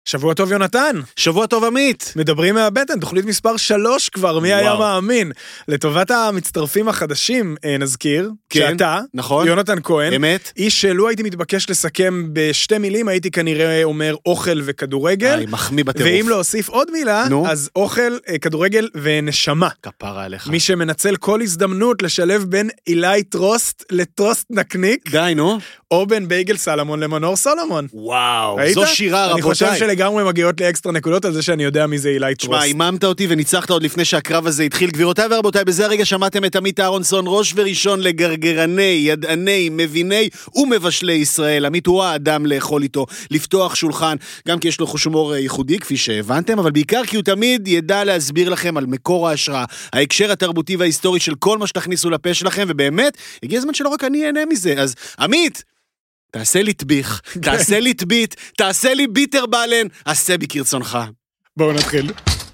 שבוע טוב יונתן. שבוע טוב עמית. מדברים מהבטן, תוכנית מספר 3 כבר, מי היה מאמין. לטובת המצטרפים החדשים נזכיר, שאתה, נכון, יונתן כהן, אמת. איש שלו הייתי מתבקש לסכם בשתי מילים, הייתי כנראה אומר אוכל וכדורגל. מחמיא בטירוף. ואם להוסיף עוד מילה, אז אוכל, כדורגל ונשמה. כפרה עליך. מי שמנצל כל הזדמנות לשלב בין אילי טרוסט לטרוסט נקניק. די, נו. או בין בייגל סלמון למנור סולומון. וואו, זו שירה רבותיי. אני חושב שלגמרי מגיעות לי אקסטרה נקודות על זה שאני יודע מי זה אילי טרוסט. שמע, איממת אותי וניצחת עוד לפני שהקרב הזה התחיל. גבירותיי ורבותיי, בזה הרגע שמעתם את עמית אהרונסון, ראש וראשון לגרגרני, ידעני, מביני ומבשלי ישראל. עמית הוא האדם לאכול איתו, לפתוח שולחן, גם כי יש לו חוש הומור ייחודי, כפי שהבנתם, אבל בעיקר כי הוא תמיד ידע להסביר לכם על מקור ההשראה, ההקשר התרבותי וההיסטורי של כל מה שתכניסו לפה שלכם, ובאמת, הגיע הזמן שלא רק אני אהנה מזה. אז עמית, תעשה לי טביח, תעשה לי טבית, תעשה לי ביטר בלן, עשה בי כרצונך. בואו נתחיל.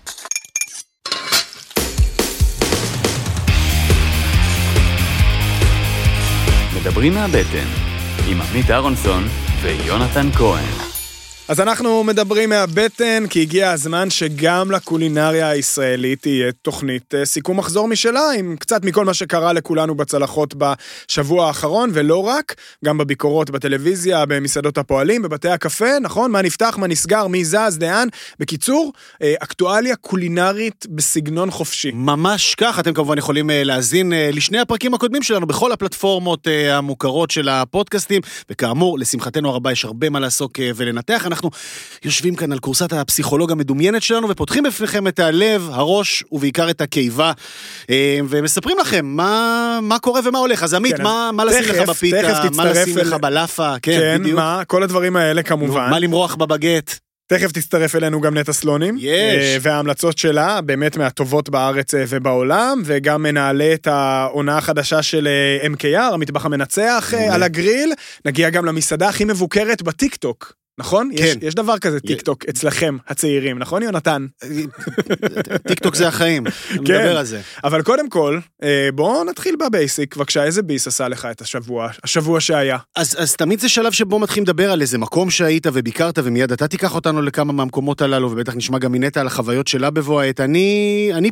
מדברים מהבטן, עם עמית אהרונסון ויונתן כהן. אז אנחנו מדברים מהבטן, כי הגיע הזמן שגם לקולינריה הישראלית תהיה תוכנית סיכום מחזור משלה, עם קצת מכל מה שקרה לכולנו בצלחות בשבוע האחרון, ולא רק, גם בביקורות בטלוויזיה, במסעדות הפועלים, בבתי הקפה, נכון? מה נפתח, מה נסגר, מי זז, לאן. בקיצור, אקטואליה קולינרית בסגנון חופשי. ממש כך, אתם כמובן יכולים להזין לשני הפרקים הקודמים שלנו, בכל הפלטפורמות המוכרות של הפודקאסטים, וכאמור, לשמחתנו הרבה יש הרבה מה לעסוק ולנתח. אנחנו יושבים כאן על קורסת הפסיכולוג המדומיינת שלנו, ופותחים בפניכם את הלב, הראש, ובעיקר את הקיבה, ומספרים לכם מה קורה ומה הולך. אז עמית, מה לשים לך בפיתה, מה לשים לך בלאפה, כן, מה, כל הדברים האלה כמובן. מה למרוח בבגט. תכף תצטרף אלינו גם נטע סלונים, וההמלצות שלה באמת מהטובות בארץ ובעולם, וגם נעלה את העונה החדשה של MKR, המטבח המנצח על הגריל, נגיע גם למסעדה הכי מבוקרת בטיקטוק. נכון? כן. יש דבר כזה טיקטוק אצלכם, הצעירים, נכון יונתן? טיקטוק זה החיים, אני מדבר על זה. אבל קודם כל, בואו נתחיל בבייסיק, בבקשה, איזה ביס עשה לך את השבוע שהיה? אז תמיד זה שלב שבו מתחילים לדבר על איזה מקום שהיית וביקרת, ומיד אתה תיקח אותנו לכמה מהמקומות הללו, ובטח נשמע גם מנטע על החוויות שלה בבוא העת. אני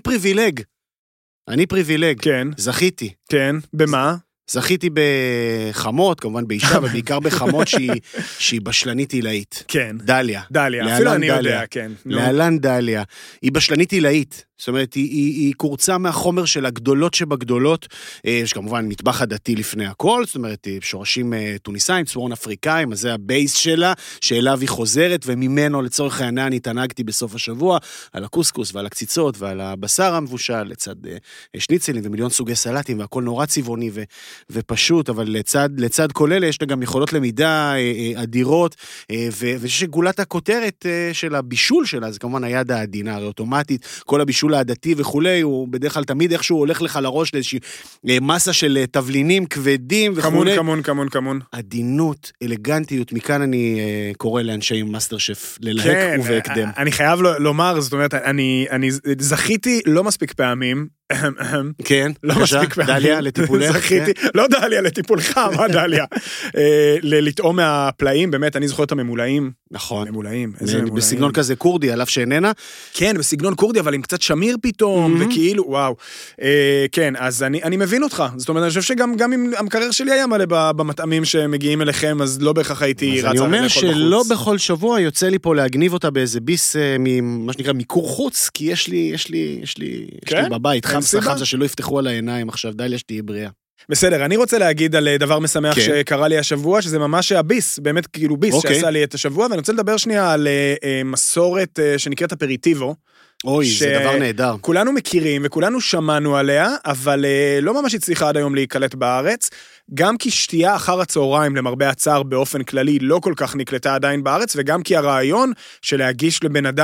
פריבילג. כן. זכיתי. כן, במה? זכיתי בחמות, כמובן באישה, אבל בעיקר בחמות שהיא בשלנית עילאית. כן. דליה. אפילו אני יודע, כן. להלן דליה. היא בשלנית עילאית. זאת אומרת, היא קורצה מהחומר של הגדולות שבגדולות, יש כמובן מטבח הדתי לפני הכל, זאת אומרת, שורשים טוניסאים, צפון אפריקאים, אז זה הבייס שלה, שאליו היא חוזרת, וממנו לצורך העניין התענגתי בסוף השבוע, על הקוסקוס ועל הקציצות ועל הבשר המבושל, לצד שניצלים ומיליון סוגי סלטים, והכל נורא צבעוני ופשוט, אבל לצד כל אלה יש לה גם יכולות למידה אדירות, ושגולת הכותרת של הבישול שלה, זה כמובן היד העדינה, הרי אוטומטית, כל הבישול העדתי וכולי, הוא בדרך כלל תמיד איכשהו הולך לך לראש לאיזושהי מסה של תבלינים כבדים וכולי. כמון. עדינות, אלגנטיות, מכאן אני קורא לאנשי מאסטר שף ללהק ובהקדם. אני חייב לומר, זאת אומרת, אני זכיתי לא מספיק פעמים, כן, לא מספיק פעמים. דליה לטיפולך. זכיתי, לא דליה לטיפולך, מה דליה? לטעום מהפלאים, באמת, אני זוכר את הממולאים. נכון. ממולאים, איזה ממולאים. בסגנון כזה קורדי, עליו שאיננה. כן, בסגנון קורדי, אבל עם קצת שמיר פתאום, וכאילו, וואו. כן, אז אני מבין אותך. זאת אומרת, אני חושב שגם אם המקרר שלי היה מלא במטעמים שמגיעים אליכם, אז לא בהכרח הייתי רצה לאכול בחוץ. אני אומר שלא בכל שבוע יוצא לי פה להגניב אותה באיזה ביס, מה שנקרא מיקור חוץ, כי יש לי בבית, חמסה שלא יפתחו על העיניים עכשיו, דליה שתהיה בריאה. בסדר, אני רוצה להגיד על דבר משמח שקרה לי השבוע, שזה ממש הביס, באמת כאילו ביס שעשה לי את השבוע, ואני רוצה לדבר שנייה על מסורת שנקראת אפריטיבו. אוי, זה דבר נהדר. כולנו מכירים וכולנו שמענו עליה, אבל לא ממש הצליחה עד היום להיקלט בארץ, גם כי שתייה אחר הצהריים למרבה הצער באופן כללי לא כל כך נקלטה עדיין בארץ, וגם כי הרעיון של להגיש לבן אדם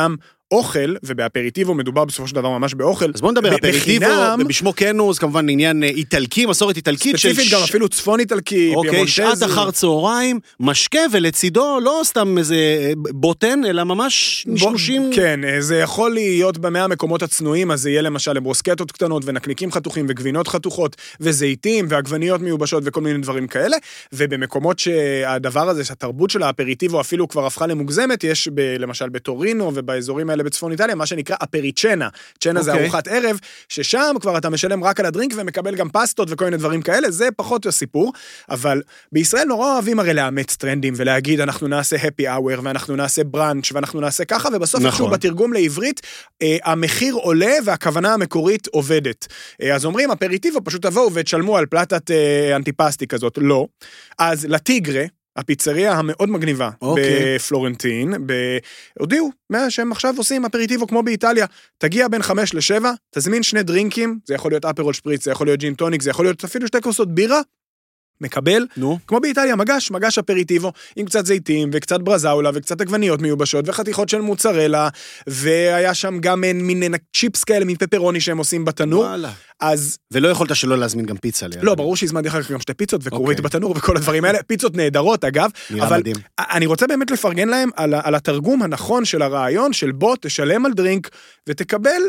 באוכל, ובאפריטיבו מדובר בסופו של דבר ממש באוכל. אז בוא נדבר, אפריטיבו, ובשמו כנו, זה כמובן עניין איטלקי, מסורת איטלקית. ספציפית גם אפילו צפון איטלקי, אוקיי, שעת אחר צהריים, משקה, ולצידו לא סתם איזה בוטן, אלא ממש נשלושים. כן, זה יכול להיות במאה המקומות הצנועים, אז זה יהיה למשל לברוסקטות קטנות, ונקניקים חתוכים, וגבינות חתוכות, וזיתים, ועגבניות מיובשות, וכל מיני דברים כאלה, ובמקומות שהדבר הזה, שהתרבות של האפריטיבו אפילו כבר הפכה למוגזמת, יש למשל בטורינו ובאזורים האלה בצפון איטליה, מה שנקרא אפריצ'נה. צ'נה זה ארוחת ערב, ששם כבר אתה משלם רק על הדרינק ומקבל גם פסטות וכל מיני דברים כאלה, זה פחות הסיפור, אבל בישראל נורא אוהבים הרי לאמץ טרנדים ולהגיד אנחנו נעשה happy hour ואנחנו נעשה ברנץ' ואנחנו נעשה ככה, ובסוף איכשהו בתרגום לעברית המחיר עולה והכוונה המקורית עובדת. אז אומרים אפריטיבו, פשוט תבואו ותשלמו על פלטת אנטיפסטי כזאת, לא. אז לטיגרה, הפיצריה המאוד מגניבה בפלורנטין, הודיעו שהם עכשיו עושים אפריטיבו כמו באיטליה, תגיע בין 5 ל-7, תזמין 2 דרינקים, זה יכול להיות אפרול שפריץ, זה יכול להיות ג'ין טוניק, זה יכול להיות אפילו 2 כוסות בירה, מקבל, כמו באיטליה, מגש אפריטיבו, עם קצת זיתים, וקצת ברזאולה, וקצת עגבניות מיובשות, וחתיכות של מוצרלה, והיה שם גם מין צ'יפס כאלה, מין פפרוני שהם עושים בתנור. אז... ולא יכולת שלא להזמין גם פיצה ליד. לא, ברור שהזמנתי אחר כך גם 2 פיצות, וקורית בתנור, וכל הדברים האלה, פיצות נהדרות, אגב, אבל אני רוצה באמת לפרגן להם על התרגום הנכון של הרעיון, של בוא, תשלם על דרינק, ותקבל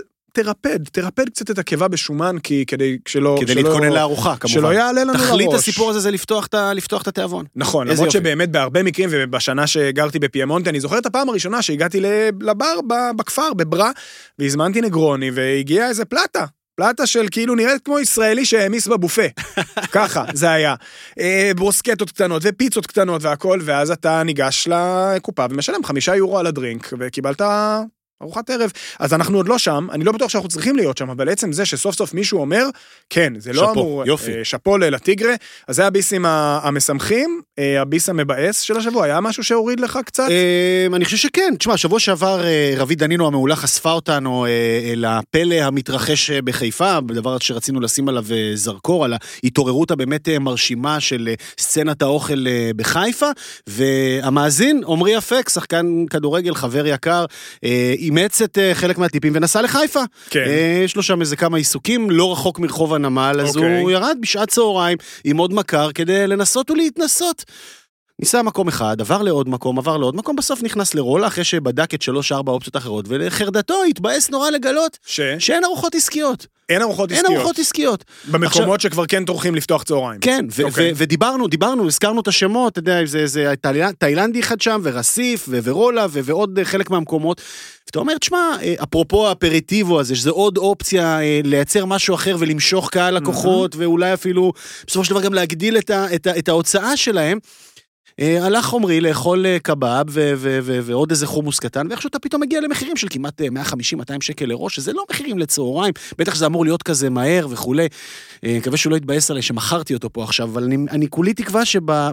תרפד קצת את הקיבה בשומן, כדי להתכונן לארוחה, כמובן. שלא יעלה לנו לראש. תכלית הסיפור הזה זה לפתוח את התיאבון. נכון, למרות שבאמת בהרבה מקרים, ובשנה שגרתי בפיימונטה, אני זוכר את הפעם הראשונה שהגעתי לבר בכפר, בברה, והזמנתי נגרוני, והגיעה איזה פלטה של כאילו נראית כמו ישראלי שהעמיס בבופה. ככה, זה היה. ברוסקטות קטנות ופיצות קטנות והכל, ואז אתה ניגש לקופה ומשלם 5 יורו על הדרינק, וקיבלת ארוחת ערב. אז אנחנו עוד לא שם, אני לא בטוח שאנחנו צריכים להיות שם, אבל בעצם זה שסוף סוף מישהו אומר, כן, זה לא אמור, שפו לטיגרה, אז זה הביסים המשמחים, הביס המבאס של השבוע, היה משהו שהוריד לך קצת? אני חושב שכן, תשמע, שבוע שעבר רבי דנינו המעולה חשפה אותנו לפלא המתרחש בחיפה, בדבר שרצינו לשים עליו זרקור, על ההתעוררות הבאמת מרשימה של סצנת האוכל בחיפה, והמאזין, עומרי אפק, שחקן כדורגל, חבר יקר, אימץ את חלק מהטיפים ונסע לחיפה. כן. יש לו שם איזה כמה עיסוקים, לא רחוק מרחוב הנמל, אז הוא ירד בשעת צהריים עם עוד מכר כדי לנסות ולהתנסות. ניסה מקום אחד, עבר לעוד מקום, בסוף נכנס לרולה, אחרי שבדק את 3-4 אופציות אחרות, ולחרדתו התבאס נורא לגלות שאין ארוחות עסקיות. אין ארוחות עסקיות. במקומות שכבר כן תורכים לפתוח צהריים. כן, ודיברנו, הזכרנו את השמות, אתה יודע, זה תאילנדי אחד שם, ורסיף, ורולה, ועוד חלק מהמקומות. ואתה אומר, תשמע, אפרופו האפריטיבו הזה, שזה עוד אופציה לייצר משהו אחר, ולמשוך קהל לקוחות, ואולי אפילו, בסופו של דבר גם להגדיל את ההוצאה שלהם, הלך עומרי לאכול קבב ועוד איזה חומוס קטן, ואיכשהו אתה פתאום מגיע למחירים של כמעט 150-200 שקל לראש, שזה לא מחירים לצהריים, בטח שזה אמור להיות כזה מהר וכולי, מקווה שהוא לא יתבאס עליי שמכרתי אותו פה עכשיו, אבל אני כולי תקווה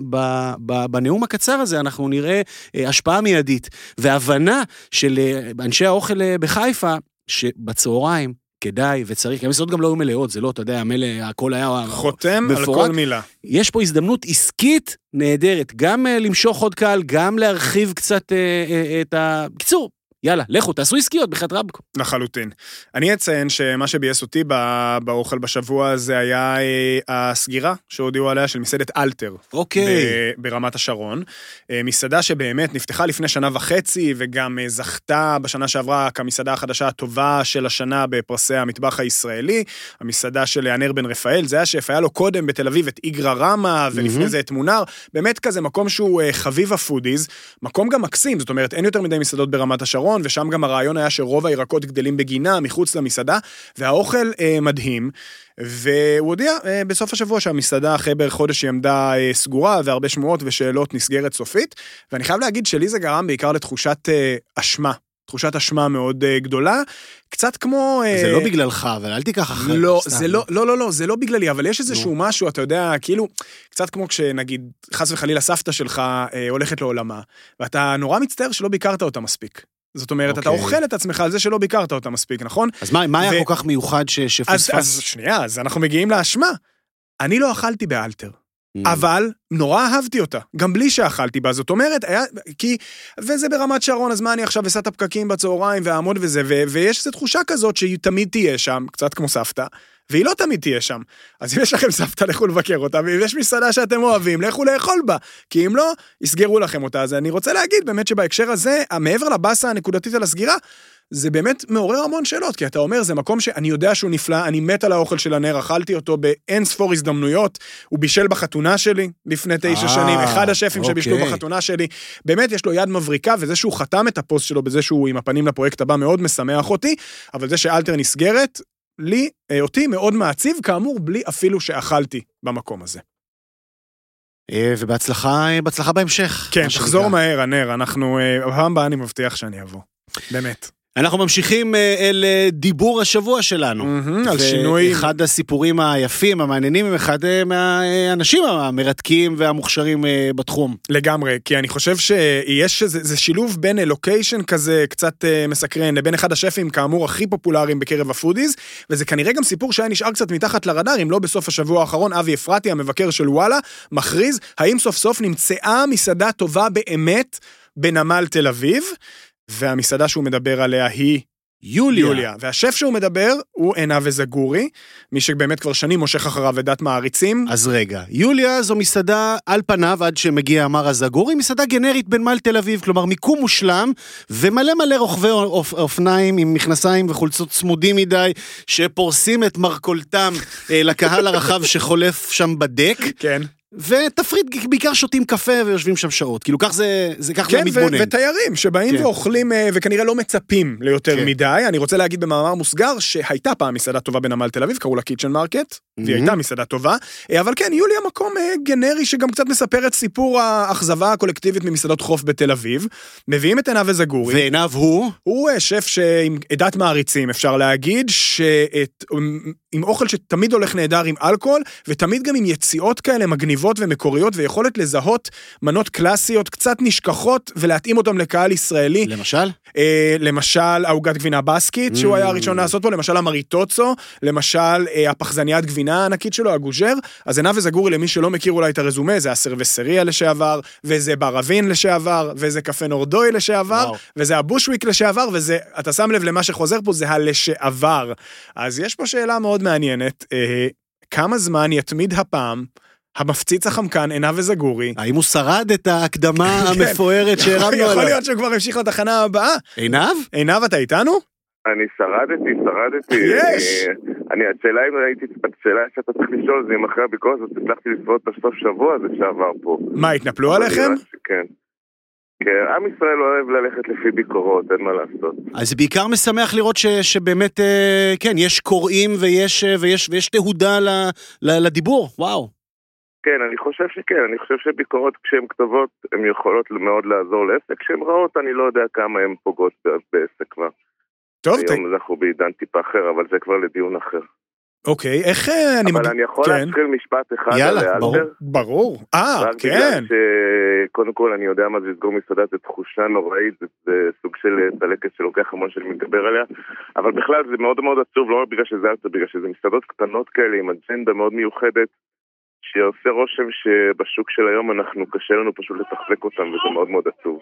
שבנאום הקצר הזה אנחנו נראה השפעה מיידית, והבנה של אנשי האוכל בחיפה, שבצהריים, כדאי וצריך, המסעדות גם לא היו מלאות, זה לא, אתה יודע, הכל היה חותם על כל מילה. יש פה הזדמנות עסקית נהדרת, גם למשוך עוד קהל, גם להרחיב קצת את קיצור, יאללה, לכו, תעשו עסקיות בחד רבקו. לחלוטין. אני אציין שמה שבייס אותי באוכל בשבוע הזה היה הסגירה שהודיעו עליה של מסעדת אלתר. אוקיי. ברמת השרון. מסעדה שבאמת נפתחה לפני 1.5 שנה, וגם זכתה בשנה שעברה כמסעדה החדשה הטובה של השנה בפרסי המטבח הישראלי. המסעדה של יענר בן רפאל, זה היה שף, היה לו קודם בתל אביב את איגרא רמה, ולפני זה את מונר. באמת כזה מקום שהוא חביב הפודיז, מקום גם מקסים, זאת אומרת, אין יותר מדי מסעדות ברמת השרון, ושם גם הרעיון היה שרוב הירקות גדלים בגינה מחוץ למסעדה, והאוכל מדהים, והוא הודיע בסוף השבוע שהמסעדה אחרי בערך חודש היא עמדה סגורה, והרבה שמועות ושאלות נסגרת סופית, ואני חייב להגיד שלי זה גרם בעיקר לתחושת אשמה, תחושת אשמה מאוד גדולה, קצת כמו... זה לא בגללך, אבל אל תיקח אחרי. לא, זה לא בגללי, אבל יש איזשהו משהו, אתה יודע, כאילו, קצת כמו כשנגיד, חס וחלילה סבתא שלך הולכת לעולמה, ואתה נורא מצטער שלא ביקרת אותה מספיק. זאת אומרת, אתה אוכל את עצמך על זה שלא ביקרת אותה מספיק, נכון? אז מה היה כל כך מיוחד שפספס? אז שנייה, אז אנחנו מגיעים לאשמה. אני לא אכלתי באלתר. אבל נורא אהבתי אותה, גם בלי שאכלתי בה, זאת אומרת, וזה ברמת שרון, אז מה אני עכשיו אסע את הפקקים בצהריים ועמוד וזה, ויש איזו תחושה כזאת שהיא תמיד תהיה שם, קצת כמו סבתא, והיא לא תמיד תהיה שם. אז אם יש לכם סבתא, לכו לבקר אותה, ואם יש מסעדה שאתם אוהבים, לכו לאכול בה, כי אם לא, יסגרו לכם אותה. אז אני רוצה להגיד באמת שבהקשר הזה, מעבר לבאסה הנקודתית על הסגירה, זה באמת מעורר המון שאלות, כי אתה אומר, זה מקום שאני יודע שהוא נפלא, אני מת על האוכל של הנר, אכלתי אותו באין ספור הזדמנויות, הוא בישל בחתונה שלי לפני 9 שנים, אחד השפים שבישלו בחתונה שלי, באמת יש לו יד מבריקה, וזה שהוא חתם את הפוסט שלו בזה שהוא עם הפנים לפרויקט הבא מאוד משמח אותי, אבל זה שאלתר נסגרת, אותי מאוד מעציב, כאמור, בלי אפילו שאכלתי במקום הזה. ובהצלחה בהמשך. כן, תחזור מהר, הנר, אנחנו, הפעם הבאה אני מבטיח שאני אבוא. באמת. אנחנו ממשיכים אל דיבור השבוע שלנו. על שינוי. אחד הסיפורים היפים, המעניינים, הם אחד מהאנשים המרתקים והמוכשרים בתחום. לגמרי, כי אני חושב שיש, זה שילוב בין לוקיישן כזה קצת מסקרן, לבין אחד השפים כאמור הכי פופולריים בקרב הפודיז, וזה כנראה גם סיפור שהיה נשאר קצת מתחת לרדאר, אם לא בסוף השבוע האחרון, אבי אפרתי, המבקר של וואלה, מכריז, האם סוף סוף נמצאה מסעדה טובה באמת בנמל תל אביב, והמסעדה שהוא מדבר עליה היא יוליה. והשף שהוא מדבר הוא עינב זגורי, מי שבאמת כבר שנים מושך אחריו ודעת מעריצים. אז רגע, יוליה זו מסעדה על פניו עד שמגיע אמר הזגורי, מסעדה גנרית בנמל תל אביב, כלומר מיקום מושלם, ומלא רוכבי אופניים עם מכנסיים וחולצות צמודים מדי, שפורסים את מרכולתם לקהל הרחב שחולף שם בדק. כן. ותפריד, בעיקר שותים קפה ויושבים שם שעות, כאילו כך זה כן, מתבונן. ותיירים שבאים כן. ואוכלים וכנראה לא מצפים ליותר כן. מדי. אני רוצה להגיד במאמר מוסגר שהייתה פעם מסעדה טובה בנמל תל אביב, קראו לה קיצ'ן מרקט, והיא הייתה מסעדה טובה, אבל כן, יוליה מקום גנרי שגם קצת מספר את סיפור האכזבה הקולקטיבית ממסעדות חוף בתל אביב, מביאים את עינב זגורי. ועינב הוא שף שעם עדת מעריצים, אפשר להגיד, עם אוכל שתמיד הולך נהדר עם אלכוהול, ותמיד גם עם יציאות כאלה מגניבות ומקוריות, ויכולת לזהות מנות קלאסיות קצת נשכחות, ולהתאים אותם לקהל ישראלי. למשל? למשל, העוגת גבינה בסקית, שהוא היה הראשון לעשות פה, למשל המריטוצו, למשל הפחזניית גבינה הענקית שלו, הגוז'ר. אז עינב זגורי, למי שלא מכיר אולי את הרזומה, זה הסרבסריה לשעבר, וזה ברווין לשעבר, וזה קפה נורדוי לשעבר, וזה הבושוויק לשעבר, וזה, אתה שם לב למה שחוזר פה, זה הלשעבר. אז יש פה שאלה מאוד מעניינת, כמה זמן יתמיד הפעם המפציץ החמקן עינב זגורי? האם הוא שרד את ההקדמה המפוארת שהרמנו עליו? יכול להיות שהוא כבר המשיך לתחנה הבאה. עינב, אתה איתנו? אני שרדתי. יש! השאלה שאתה צריך לשאול זה אם אחרי הביקורת, אז הצלחתי לספור את הסוף שבוע הזה שעבר פה. מה, התנפלו עליכם? כן. כן, עם ישראל אוהב ללכת לפי ביקורות, אין מה לעשות. אז בעיקר משמח לראות שבאמת, כן, יש קוראים ויש תהודה לדיבור, וואו. כן, אני חושב שכן, אני חושב שביקורות כשהן כתובות, הן יכולות מאוד לעזור לעסק, כשהן רעות אני לא יודע כמה הן פוגעות בעסק כבר. טוב, היום אנחנו בעידן טיפה אחר, אבל זה כבר לדיון אחר. אוקיי, איך אבל אני יכול להתחיל משפט אחד. יאללה, ברור. כן. בגלל שקודם כל אני יודע מה זה לסגור מסעדה, זה תחושה נוראית, זה סוג של תלקת שלוקח המון שאני מתגבר עליה, אבל בכלל זה מאוד מאוד עצוב, לא רק בגלל שזה עצוב, בגלל שזה מסעדות קטנות כאלה עם אג'נדה מאוד מיוחדת, שעושה רושם שבשוק של היום קשה לנו פשוט לתחזק אותם, וזה מאוד מאוד עצוב.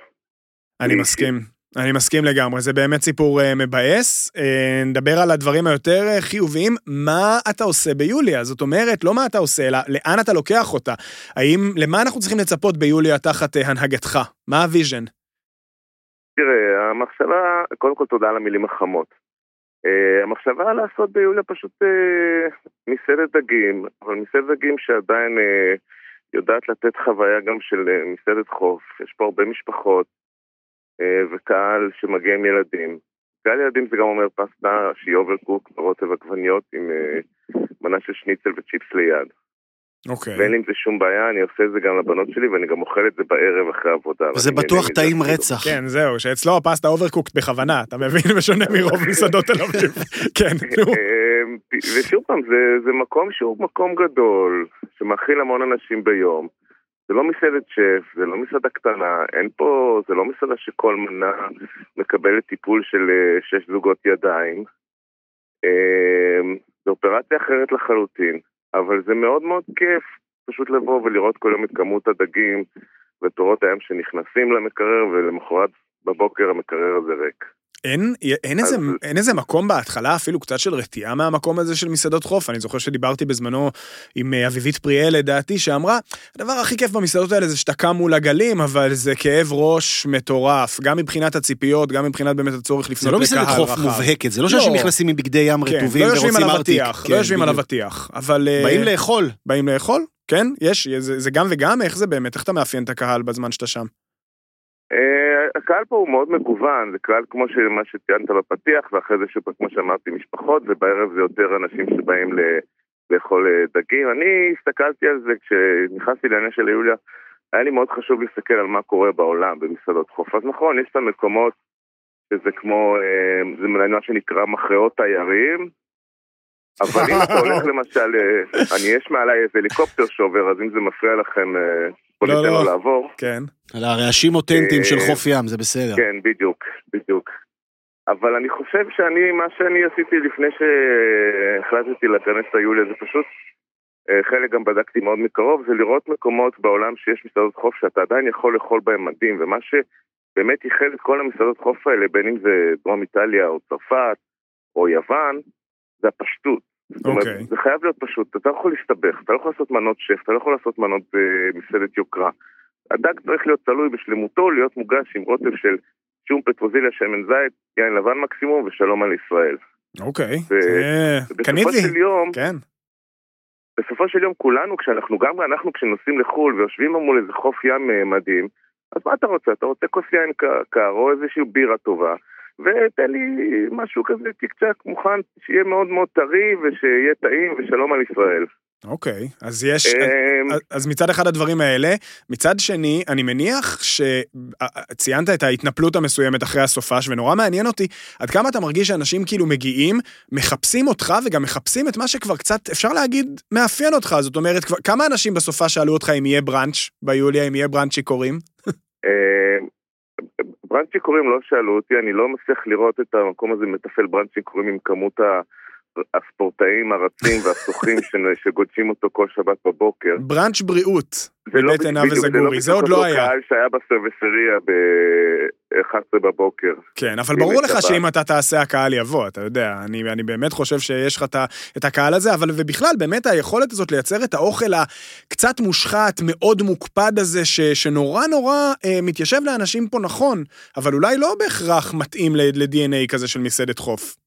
אני מסכים לגמרי, זה באמת סיפור מבאס. נדבר על הדברים היותר חיוביים. מה אתה עושה ביוליה? זאת אומרת, לא מה אתה עושה, אלא לאן אתה לוקח אותה? למה אנחנו צריכים לצפות ביוליה תחת הנהגתך? מה הוויז'ן? תראה, המחשבה, קודם כל תודה על המילים החמות. המחשבה לעשות ביוליה פשוט מסעדת דגים, אבל מסעדת דגים שעדיין יודעת לתת חוויה גם של מסעדת חוף. יש פה הרבה משפחות וקהל שמגיע עם ילדים. קהל ילדים זה גם אומר פסטה שהיא אוברקוק, רוטב עגבניות עם מנה של שניצל וצ'יפס ליד. ואין לי עם זה שום בעיה, אני עושה את זה גם לבנות שלי, ואני גם אוכל את זה בערב אחרי העבודה. וזה בטוח טעים רצח. כן, זהו, שאצלו הפסטה אוברקוקט בכוונה, אתה מבין? ושונה מרוב מסעדות תל אביב. כן, נו. ושוב פעם, זה מקום שהוא מקום גדול, שמאכיל המון אנשים ביום. זה לא מסעדת שף, זה לא מסעדה קטנה, אין פה, זה לא מסעדה שכל מנה מקבלת טיפול של 6 זוגות ידיים. זה אופרציה אחרת לחלוטין. אבל זה מאוד מאוד כיף פשוט לבוא ולראות כל יום את כמות הדגים ותורות הים שנכנסים למקרר, ולמחרת בבוקר המקרר הזה ריק. אין איזה מקום בהתחלה, אפילו קצת של רתיעה מהמקום הזה של מסעדות חוף. אני זוכר שדיברתי בזמנו עם אביבית פריאל, לדעתי, שאמרה, הדבר הכי כיף במסעדות האלה זה שאתה קם מול הגלים, אבל זה כאב ראש מטורף, גם מבחינת הציפיות, גם מבחינת באמת הצורך לפנות לקהל רחב. זה לא מסעדת חוף מובהקת, זה לא שאנשים נכנסים מבגדי ים רטובים ורוצים ארטיק. לא יושבים על אבטיח, אבל... באים לאכול, כן, זה גם וגם, איך זה באמת, איך אתה מאפיין את הקהל בזמן שאתה שם? הקהל פה הוא מאוד מגוון, זה קהל כמו מה שציינת בפתיח, ואחרי זה כמו שאמרתי משפחות, ובערב זה יותר אנשים שבאים לאכול דגים. אני הסתכלתי על זה כשנכנסתי לעניין של יוליה, היה לי מאוד חשוב להסתכל על מה קורה בעולם במסעדות חוף. אז נכון, יש את המקומות שזה כמו, זה מלאנוע שנקרא מכרעות תיירים, אבל אם אתה הולך למשל, יש מעליי איזה הליקופטר שעובר, אז אם זה מפריע לכם... בוא ניתן לו לעבור. כן. על הרעשים אותנטיים של חוף ים, זה בסדר. כן, בדיוק. אבל אני חושב מה שאני עשיתי לפני שהחלטתי להיכנס ליוליה, זה פשוט, חלק גם בדקתי מאוד מקרוב, זה לראות מקומות בעולם שיש מסעדות חוף שאתה עדיין יכול לאכול בהם מדהים, ומה שבאמת ייחד את כל המסעדות חוף האלה, בין אם זה דרום איטליה או צרפת או יוון, זה הפשטות. זאת אומרת, זה חייב להיות פשוט, אתה לא יכול להסתבך, אתה לא יכול לעשות מנות שף, אתה לא יכול לעשות מנות במסעדת יוקרה. הדג צריך להיות תלוי בשלמותו, להיות מוגש עם רוטב של שום פטרוזיליה, שמן זית, יין לבן מקסימום ושלום על ישראל. אוקיי, בסופו של יום, בסופו של יום כולנו, אנחנו כשנוסעים לחול ויושבים מול איזה חוף ים מדהים, אז מה אתה רוצה? אתה רוצה כוס יין קר או איזושהי בירה טובה, ותן לי משהו כזה צ'יק-צ'ק מוכן, שיהיה מאוד מאוד טרי, ושיהיה טעים, ושלום על ישראל. אוקיי, אז מצד אחד הדברים האלה, מצד שני, אני מניח שציינת את ההתנפלות המסוימת אחרי הסופש, ונורא מעניין אותי, עד כמה אתה מרגיש שאנשים כאילו מגיעים, מחפשים אותך, וגם מחפשים את מה שכבר קצת, אפשר להגיד, מאפיין אותך, זאת אומרת, כמה אנשים בסופה שאלו אותך אם יהיה ברנץ' ביוליה, אם יהיה ברנץ' שיקורים? ברנץ' שיקורים לא שאלו אותי, אני לא מצליח לראות את המקום הזה מתפעל ברנץ' שיקורים עם כמות הספורטאים, הרצים והסוחים שגודשים אותו כל שבת בבוקר. ברנץ' בריאות, בבית עינה וזגורי, זה עוד לא היה. זה לא קהל שהיה בסרוויסריה ב-11 בבוקר. כן, אבל ברור לך שאם אתה תעשה הקהל יבוא, אתה יודע, אני באמת חושב שיש לך את הקהל הזה, אבל ובכלל באמת היכולת הזאת לייצר את האוכל הקצת מושחת, מאוד מוקפד הזה, שנורא נורא מתיישב לאנשים פה נכון, אבל אולי לא בהכרח מתאים ל-DNA כזה של מסעדת חוף.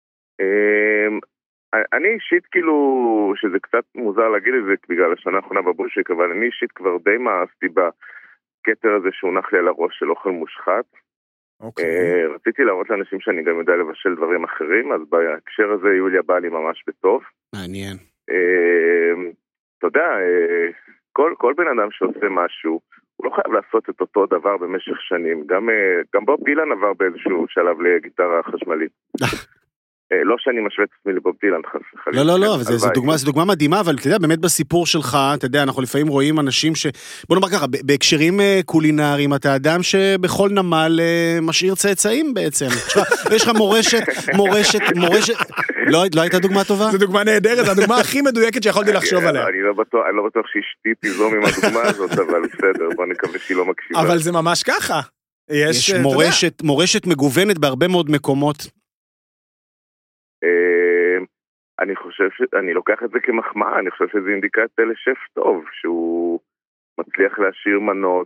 אני אישית כאילו, שזה קצת מוזר להגיד את זה בגלל השנה האחרונה בבושיק, אבל אני אישית כבר די מאסתי בקטר הזה שהונח לי על הראש של אוכל מושחת. רציתי להראות לאנשים שאני גם יודע לבשל דברים אחרים, אז בהקשר הזה יוליה באה לי ממש בטוב. מעניין. אתה יודע, כל בן אדם שעושה משהו, הוא לא חייב לעשות את אותו דבר במשך שנים. גם בוב דילן עבר באיזשהו שלב לגיטרה חשמלית. לא שאני משווה את עצמי לבוב דילן. לא, זו דוגמה מדהימה, אבל אתה יודע, באמת בסיפור שלך, אתה יודע, אנחנו לפעמים רואים אנשים בוא נאמר ככה, בהקשרים קולינריים, אתה אדם שבכל נמל משאיר צאצאים בעצם. יש לך מורשת, לא הייתה דוגמה טובה? זו דוגמה נהדרת, זו הדוגמה הכי מדויקת שיכולתי לחשוב עליה. אני לא בטוח שאשתי תיזום עם הדוגמה הזאת, אבל בסדר, בוא נקווה שהיא לא מקשיבה. אבל זה ממש ככה. יש מורשת מגוונת בהרבה מאוד מקומות. אני חושב אני לוקח את זה כמחמאה, אני חושב שזה אינדיקציה לשף טוב, שהוא מצליח להשאיר מנות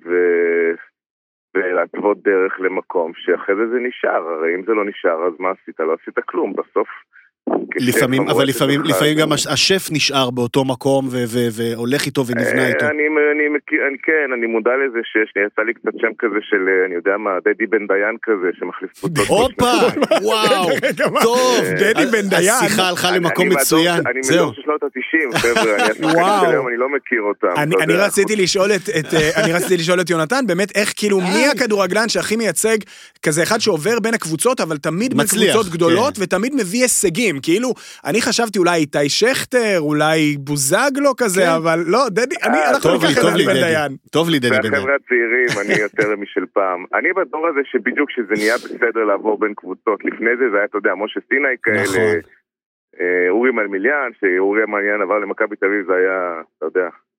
ולהתוות דרך למקום, שאחרי זה נשאר, הרי אם זה לא נשאר, אז מה עשית? לא עשית כלום, בסוף. אבל לפעמים גם השף נשאר באותו מקום והולך איתו ונבנה איתו. אני מודע לזה יצא לי קצת שם כזה של, אני יודע מה, דדי בן דיין כזה, שמחליף קבוצות. הופה, וואו, טוב, דדי בן דיין. השיחה הלכה למקום מצוין. אני מדור של שנות ה-90, חבר'ה, אני לא מכיר אותם. אני רציתי לשאול את יונתן, באמת איך כאילו מי הכדורגלן שהכי מייצג כזה אחד שעובר בין הקבוצות, אבל תמיד בין קבוצות גדולות, ותמיד מביא הישגים, כאילו, אני חשבתי אולי איתי שכטר, אולי בוזגלו כזה, אבל לא, דדי, טוב לי דדי בן דיין. והחבר'ה הצעירים, אני יותר משל פעם. אני בדור הזה שבדיוק שזה נהיה בסדר לעבור בין קבוצות, לפני זה היה, אתה יודע, משה סיני כאלה, אורי מלמיליאן, שאורי מלמיליאן עבר למכבי תל אביב, זה היה, אתה יודע,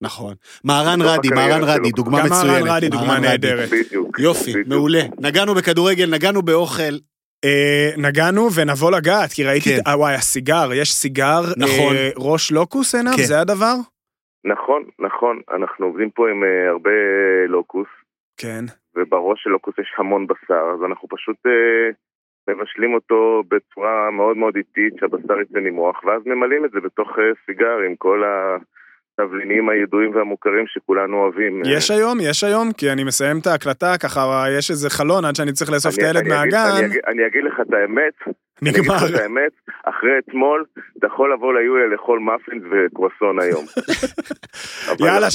נכון. מהרן רדי, דוגמה מצוינת. גם מהרן רדי, דוגמה נהדרת. יופי, מעולה. נגענו בכדורגל, נגענו באוכל. נגענו ונבוא לגעת, כי ראיתי, וואי, הסיגר, יש סיגר, ראש לוקוס עיניו, זה הדבר? נכון, אנחנו עובדים פה עם הרבה לוקוס. כן. ובראש של לוקוס יש המון בשר, אז אנחנו פשוט מבשלים אותו בצורה מאוד מאוד איטית, שהבשר יצא נימוח, ואז ממלאים את זה בתוך סיגר עם כל התבלינים הידועים והמוכרים שכולנו אוהבים. יש היום, כי אני מסיים את ההקלטה, ככה יש איזה חלון עד שאני צריך לאסוף את הילד מהגן. אני אגיד לך את האמת, נגמר. אחרי אתמול, אתה יכול לבוא ליוליה לאכול מאפינס וקרואסון היום. יאללה,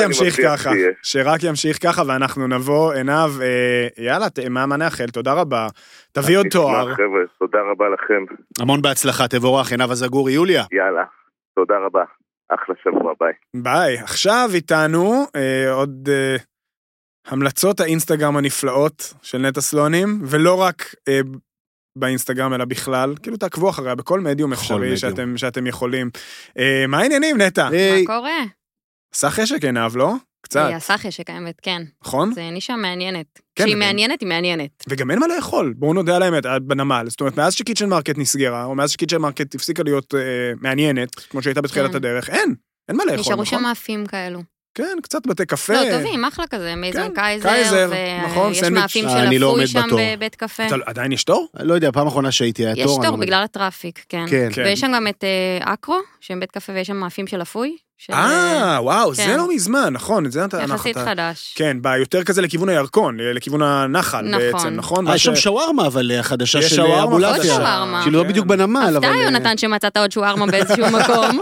שרק ימשיך ככה, ואנחנו נבוא עיניו, יאללה, מה נאחל, תודה רבה. תביא עוד תואר. תודה רבה לכם. המון בהצלחה, תבורך, עיניו הזגורי, יוליה. יאללה, תודה רבה. אחלה שבוע, ביי. ביי. עכשיו איתנו עוד המלצות האינסטגרם הנפלאות של נטע סלונים, ולא רק באינסטגרם אלא בכלל, כאילו תעקבו אחריה בכל מדיום אפשרי שאתם יכולים. מה העניינים, נטע? מה קורה? עשה חשק עיניו, לא? קצת. עשה חשק, האמת, כן. נכון? זה נישה מעניינת. כשהיא מעניינת, היא מעניינת. וגם אין מה לאכול, בואו נודע על האמת, בנמל. זאת אומרת, מאז שקיצ'ן מרקט נסגרה, או מאז שקיצ'ן מרקט הפסיקה להיות מעניינת, כמו שהייתה בתחילת הדרך, אין מה לאכול, נכון? נשארו שם מאפים כאלו. כן, קצת בתי קפה. לא, טובים, אחלה כזה, מייזון קייזר, ויש מאפים של אפוי שם בבית קפה. עדיין יש תור? לא יודע, פעם האחרונה שהייתי היה תור. יש תור בגלל הטראפיק, כן. ויש שם גם את אקרו, שהם בית קפה ויש שם מאפים של אפוי. וואו, זה לא מזמן, נכון. יחסית חדש. כן, ביותר כזה לכיוון הירקון, לכיוון הנחל בעצם, נכון? יש שם שווארמה, אבל החדשה של אבולעפיה. כאילו לא בדיוק בנמל, אבל... הפתעה יונתן שמצאת עוד שווארמה באיזשהו מקום.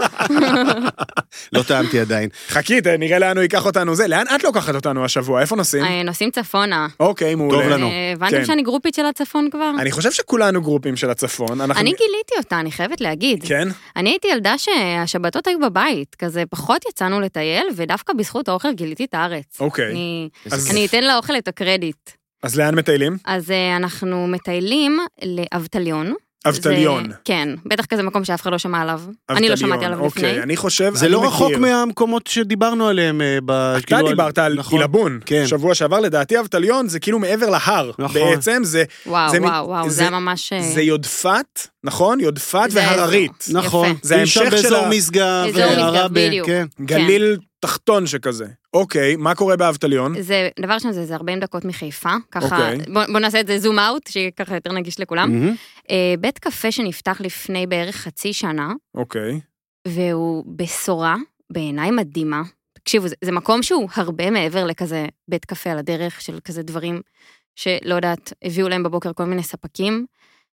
לא טעמתי עדיין. חכית, נראה לאן הוא ייקח אותנו זה. לאן את לוקחת אותנו השבוע? איפה נוסעים? נוסעים צפונה. אוקיי, מעולה. טוב לנו. הבנתם שאני גרופית של הצפון כבר? אני חושב שכולנו גרופים של הצפון. אני גיליתי אותה, אני חייבת להגיד. כן? אני הייתי ילדה שהשבתות היו בבית, כזה פחות יצאנו לטייל, ודווקא בזכות האוכל גיליתי את הארץ. אוקיי. אני אתן לאוכל את הקרדיט. אז לאן מטיילים? אז אנחנו מטיילים לאבטליון. אבטליון. כן, בטח כזה מקום שאף אחד לא שמע עליו. אני לא שמעתי עליו לפני. אוקיי, אני חושב... זה לא רחוק מהמקומות שדיברנו עליהם. אתה דיברת על אילבון. שבוע שעבר, לדעתי אבטליון זה כאילו מעבר להר. בעצם זה... וואו, זה ממש... זה יודפת, נכון? יודפת והררית. נכון. זה המשך של... באזור משגב. אזור משגב, בדיוק. גליל תחתון שכזה. אוקיי, מה קורה באבטליון? זה, דבר שם, זה 40 דקות מחיפה, ככה, בוא נעשה את זה זום אאוט, שככה יותר נגיש לכולם. בית קפה שנפתח לפני בערך חצי שנה, אוקיי. והוא בשורה, בעיניי מדהימה. תקשיבו, זה מקום שהוא הרבה מעבר לכזה בית קפה על הדרך, של כזה דברים שלא יודעת, הביאו להם בבוקר כל מיני ספקים.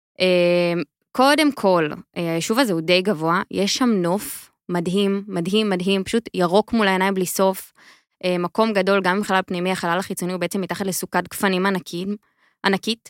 קודם כל, היישוב הזה הוא די גבוה, יש שם נוף מדהים, מדהים, מדהים, פשוט ירוק מול העיניים בלי סוף, מקום גדול, גם עם חלל פנימי, החלל החיצוני הוא בעצם מתחת לסוכת גפנים ענקית,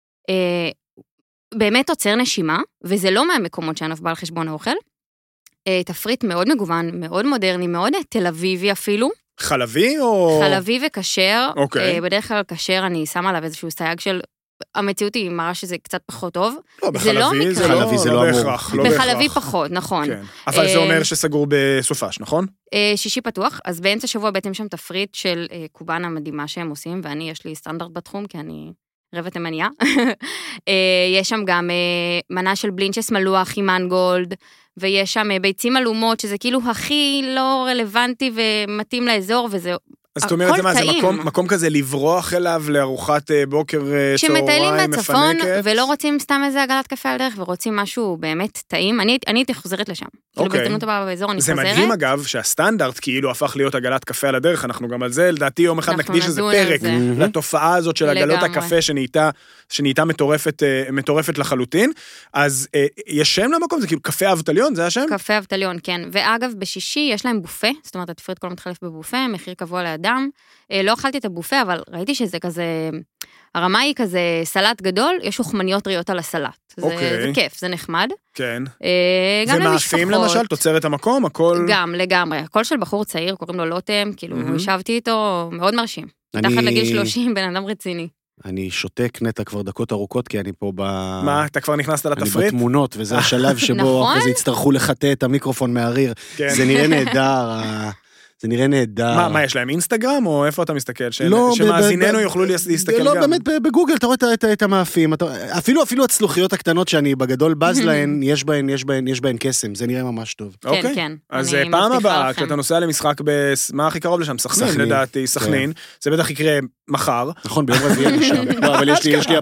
באמת עוצר נשימה, וזה לא מהמקומות שענף בא על חשבון האוכל, תפריט מאוד מגוון, מאוד מודרני, מאוד תל אביבי אפילו. חלבי או... חלבי וכשר, אוקיי. בדרך כלל כשר אני שמה עליו איזשהו סייג של... המציאות היא מראה שזה קצת פחות טוב. לא, בחלבי זה לא בהכרח. בחלבי פחות, נכון. אבל זה אומר שסגור בסופש, נכון? שישי פתוח, אז באמצע שבוע בעצם שם תפריט של קובאנה מדהימה שהם עושים, ואני יש לי סטנדרט בתחום, כי אני רבת אמניה. יש שם גם מנה של בלינצ'ס מלוח עם מנגולד, ויש שם ביצים אלומות, שזה כאילו הכי לא רלוונטי ומתאים לאזור, וזה... אז זאת אומרת, זה מקום כזה לברוח אליו לארוחת בוקר צהריים מפנקת? שמטיילים בצפון ולא רוצים סתם איזה עגלת קפה על דרך, ורוצים משהו באמת טעים, אני הייתי חוזרת לשם. כאילו בהזדמנות הבאה באזור אני חוזרת. זה מדהים אגב שהסטנדרט כאילו הפך להיות עגלת קפה על הדרך, אנחנו גם על זה, לדעתי יום אחד נקדיש איזה פרק לתופעה הזאת של עגלות הקפה שנהייתה מטורפת לחלוטין. אז יש שם למקום, זה כאילו קפה אבטליון, זה השם? קפה אבטליון, כן. ואגב, בשישי יש להם בופה, זאת אומרת, התפריט כל מתחלף בבופה, מחיר קבוע לאדם. לא אכלתי את הבופה, אבל ראיתי שזה כזה, הרמה היא כזה סלט גדול, יש אוכמניות טריות על הסלט. זה כיף, זה נחמד. כן. גם למשפחות. ומאפים למשל, תוצרת המקום, הכל... גם, לגמרי. הכל של בחור צעיר, קוראים לו לוטם, כאילו, ישבתי איתו, מאוד מרשים. תחת לגיל 30, בן אדם רציני. אני שותק נטע כבר דקות ארוכות, כי אני פה מה, אתה כבר נכנסת לתפריט? אני בתמונות, וזה השלב שבו אחרי זה יצטרכו לחטא את המיקרופון מהריר. זה נראה נהדר, זה נראה נהדר. מה, יש להם אינסטגרם, או איפה אתה מסתכל? שמאזיננו יוכלו להסתכל גם. לא, באמת, בגוגל אתה רואה את המאפים, אפילו הצלוחיות הקטנות שאני בגדול בז להן, יש בהן קסם, זה נראה ממש טוב. כן, כן. אז פעם הבאה, כשאתה נוסע למשחק, מה הכי קרוב לשם? סכנין, לדעתי, סכנין. זה בטח יקרה מחר. נכון, ביום רביעי אני שם. לא, אבל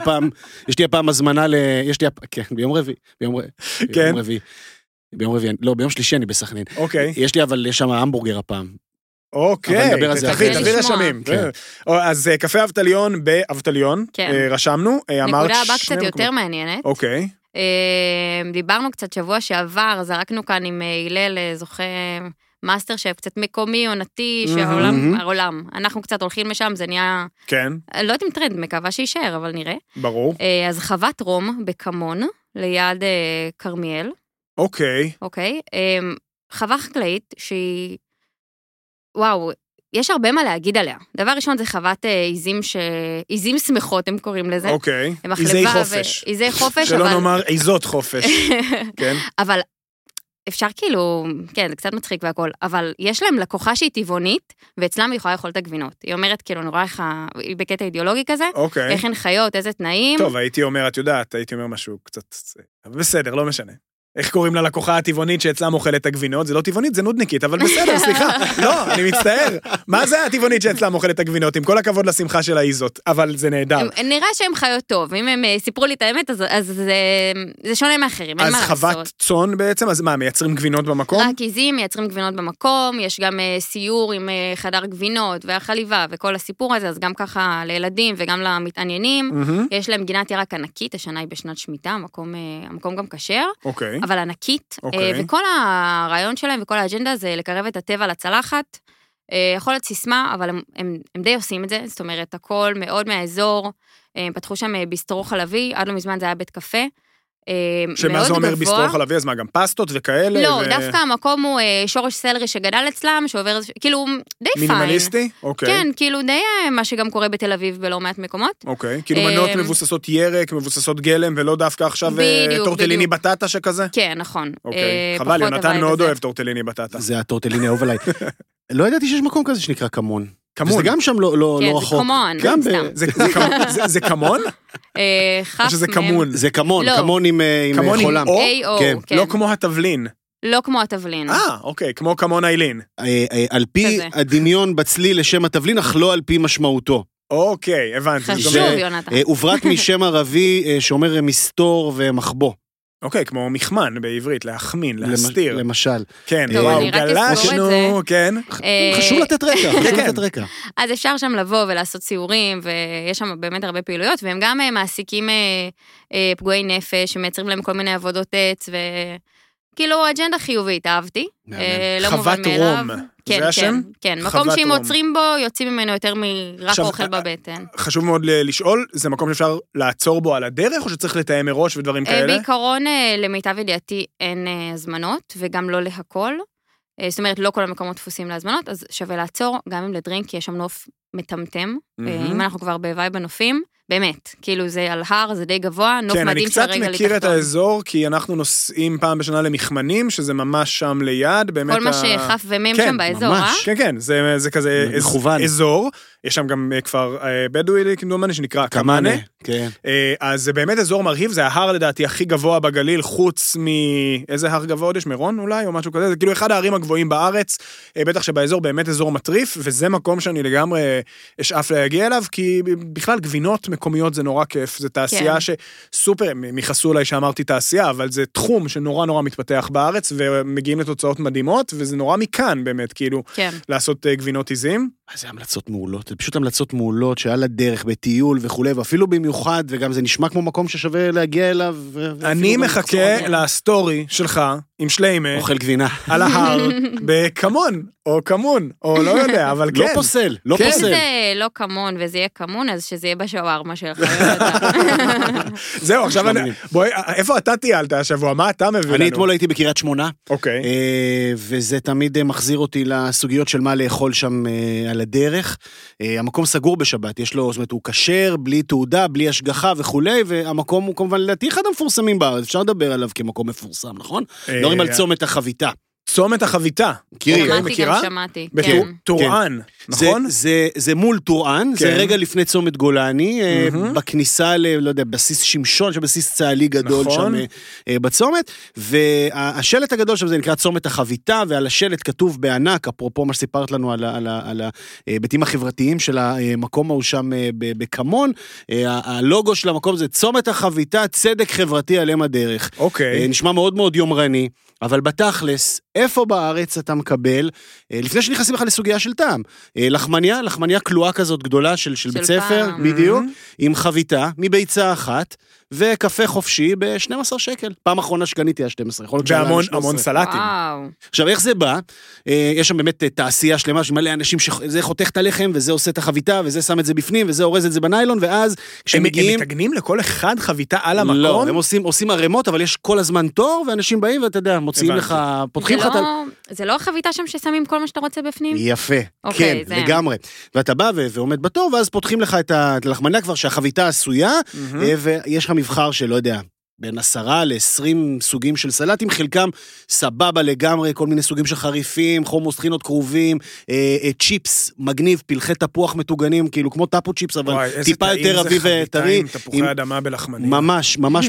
יש לי הפעם הזמנה כן, ביום רביעי. ביום שלישי אני בסכנין. אוקיי. יש שם המבורגר הפעם. אוקיי, תביא רשמים. אז קפה אבטליון באבטליון, רשמנו. נקודה הבאה קצת יותר מעניינת. אוקיי. דיברנו קצת שבוע שעבר, זרקנו כאן עם הלל זוכה מאסטר שף, קצת מקומי, עונתי, שהעולם, אנחנו קצת הולכים משם, זה נהיה... כן. לא יודעת אם טרנד, מקווה שישאר, אבל נראה. ברור. אז חוות רום בקמון, ליד קרמיאל. אוקיי. אוקיי. חווה חקלאית שהיא... וואו, יש הרבה מה להגיד עליה. דבר ראשון זה חוות עיזים שמחות, הם קוראים לזה. אוקיי. עיזי חופש. עיזי חופש, שלא נאמר עיזות חופש. כן. אבל אפשר כאילו, כן, זה קצת מצחיק והכל, אבל יש להם לקוחה שהיא טבעונית, ואצלם היא יכולה לאכול את הגבינות. היא אומרת כאילו, נורא איך, היא בקטע אידיאולוגי כזה, איך הן חיות, איזה תנאים. טוב, הייתי אומר, את יודעת, הייתי אומר משהו קצת... בסדר, לא משנה. איך קוראים לה לקוחה הטבעונית שאצלם אוכלת את הגבינות? זה לא טבעונית, זה נודניקית, אבל בסדר, סליחה. לא, אני מצטער. מה זה הטבעונית שאצלם אוכלת את הגבינות? עם כל הכבוד לשמחה של האיזות, אבל זה נהדר. נראה שהם חיות טוב. אם הם סיפרו לי את האמת, אז זה שונה מאחרים, אין מה לעשות. אז חוות צאן בעצם? אז מה, מייצרים גבינות במקום? רק עיזים, מייצרים גבינות במקום, יש גם סיור עם חדר גבינות והחליבה וכל הסיפור הזה, אז גם ככה לילדים וגם למתעניינים. יש להם גינת ירק ענקית, השנה היא בשנת שמיטה, המקום גם כשר. אוקיי. אבל ענקית, וכל הרעיון שלהם וכל האג'נדה זה לקרב את הטבע לצלחת, יכול להיות סיסמה, אבל הם די עושים את זה, זאת אומרת, הכל מאוד מהאזור, פתחו שם ביסטרו חלבי, עד לא מזמן זה היה בית קפה, שמה זה אומר ביסטרו חלבי, אז מה, גם פסטות וכאלה? לא, דווקא המקום הוא שורש סלרי שגדל אצלם, שעובר, כאילו, די פיין. מינימליסטי? אוקיי. כן, כאילו, די מה שגם קורה בתל אביב בלא מעט מקומות. אוקיי, כאילו מנות מבוססות ירק, מבוססות גלם, ולא דווקא עכשיו טורטליני בטטה שכזה? כן, נכון. אוקיי, חבל, יונתן מאוד אוהב טורטליני בטטה. זה הטורטליני אהוב עליי. לא ידעתי שיש מקום כזה שנקרא קמון. קמון. זה גם שם לא רחוק. כן, זה קמון. זה קמון? או שזה קמון? זה קמון, קמון עם חולם. לא כמו התבלין. לא כמו התבלין. אוקיי, כמו קמון איילין. על פי הדמיון בצליל לשם התבלין, אך לא על פי משמעותו. אוקיי, הבנתי. חשוב, יונתן. הוברת משם ערבי שאומר מסתור ומחבוא. אוקיי, כמו מחמן בעברית, להחמין, להסתיר. למשל. כן, וואו, גלשנו, כן. חשוב לתת רקע. אז אפשר שם לבוא ולעשות סיורים, ויש שם באמת הרבה פעילויות, והם גם מעסיקים פגועי נפש, שמייצרים להם כל מיני עבודות עץ, וכאילו אג'נדה חיובית, אהבתי. חוות רום. זה השם? כן, מקום שאם עוצרים בו, יוצאים ממנו יותר מרק אוכל בבטן. חשוב מאוד לשאול, זה מקום שאפשר לעצור בו על הדרך, או שצריך לתאם מראש ודברים כאלה? בעיקרון, למיטב ידיעתי, אין הזמנות, וגם לא להכל. זאת אומרת, לא כל המקומות דפוסים להזמנות, אז שווה לעצור, גם אם לדרינק, כי יש שם נוף מטמטם. אם אנחנו כבר בוואי בנופים, באמת, כאילו זה על הר, זה די גבוה, נוף מדהים שהרגע לתחתון. כן, אני קצת מכיר את האזור, כי אנחנו נוסעים פעם בשנה למחמנים, שזה ממש שם ליד, באמת כל מה שחף ומם שם באזור, כן, כן, זה כזה אזור, יש שם גם כפר בדואי, כמדומני, שנקרא קמאנה, אז זה באמת אזור מרהיב, זה ההר לדעתי הכי גבוה בגליל, חוץ מאיזה הר גבוה עוד יש, מירון אולי, או משהו כזה, זה כאילו אחד הערים הגבוהים בארץ, בטח שבאזור באמת אזור מטריף, וזה מקום שאני לגמרי אשאף להגיע אליו, כי בכלל גבינות מקומיות זה נורא כיף, זה תעשייה שסופר, מחסו אליי שאמרתי תעשייה, אבל זה תחום שנורא נורא מתפתח בארץ, ומגיעים לתוצאות מדהימות, וזה נורא מכאן באמת, כאילו, לעשות גבינות עיזים. זה המלצות מעולות, זה פשוט המלצות מעולות שעל הדרך, בטיול וכו', ואפילו במיוחד, וגם זה נשמע כמו מקום ששווה להגיע אליו. אני מחכה לסטורי שלך, עם שליימה, אוכל גבינה, על ההר, בקמון, או קמון, או לא יודע, אבל כן. לא פוסל, לא פוסל. פוסל. אם זה לא קמון, וזה יהיה קמון, אז שזה יהיה בשווארמה שלך. זהו, עכשיו, בואי, איפה אתה טיילת השבוע? מה אתה מביא לנו? אני אתמול הייתי בקריית שמונה, אוקיי. וזה תמיד מחזיר אותי לסוגיות של מה לאכול שם על הדרך. המקום סגור בשבת, יש לו, זאת אומרת, הוא כשר, בלי תעודה, בלי השגחה וכו', והמקום הוא כמובן לדעתי אחד המפורסמים בארץ, אפשר לדבר עליו כמקום מפורסם, נכון? מדברים על צומת החביתה. צומת החביתה. שמעתי, בטורען, נכון? זה מול טורען, זה רגע לפני צומת גולני, בכניסה לא יודע, בסיס שמשון, שבסיס צהלי גדול שם בצומת, והשלט הגדול שם זה נקרא צומת החביתה, ועל השלט כתוב בענק, אפרופו מה שסיפרת לנו על ההיבטים החברתיים של המקום ההוא שם בקמון, הלוגו של המקום זה צומת החביתה, צדק חברתי על אם הדרך. אוקיי. נשמע מאוד מאוד יומרני, אבל בתכלס, איפה בארץ אתה מקבל, לפני שנכנסים לך לסוגיה של טעם, לחמניה כלואה כזאת גדולה של בית ספר, בדיוק, עם חביתה, מביצה אחת, וקפה חופשי ב-12 שקל. פעם אחרונה שקניתי היה 12. והמון סלטים. עכשיו, איך זה בא? יש שם באמת תעשייה שלמה, שמלא אנשים שזה חותך את הלחם, וזה עושה את החביתה, וזה שם את זה בפנים, וזה אורז את זה בניילון, ואז כשמגיעים... הם מתגנים לכל אחד חביתה על המקום? לא, הם עושים הרמות, אבל יש כל הזמן תור, ואנשים באים, ואתה יודע, מוציאים לך, פותחים לך... זה לא החביתה שם ששמים כל מה שאתה רוצה בפנים? יפה, כן, לגמרי. ואתה בא ועומד בתור, ואז פותחים לך את הלחמניה כבר שהחביתה עשויה, ויש לך מבחר שלא יודע, בין 10 ל-20 סוגים של סלטים, חלקם סבבה לגמרי, כל מיני סוגים של חריפים, חומוס, טחינות כרובים, צ'יפס, מגניב, פלחי תפוח מטוגנים, כאילו כמו טאפו צ'יפס, אבל טיפה יותר אביב וטרי. תפוחי אדמה בלחמניה. ממש, ממש.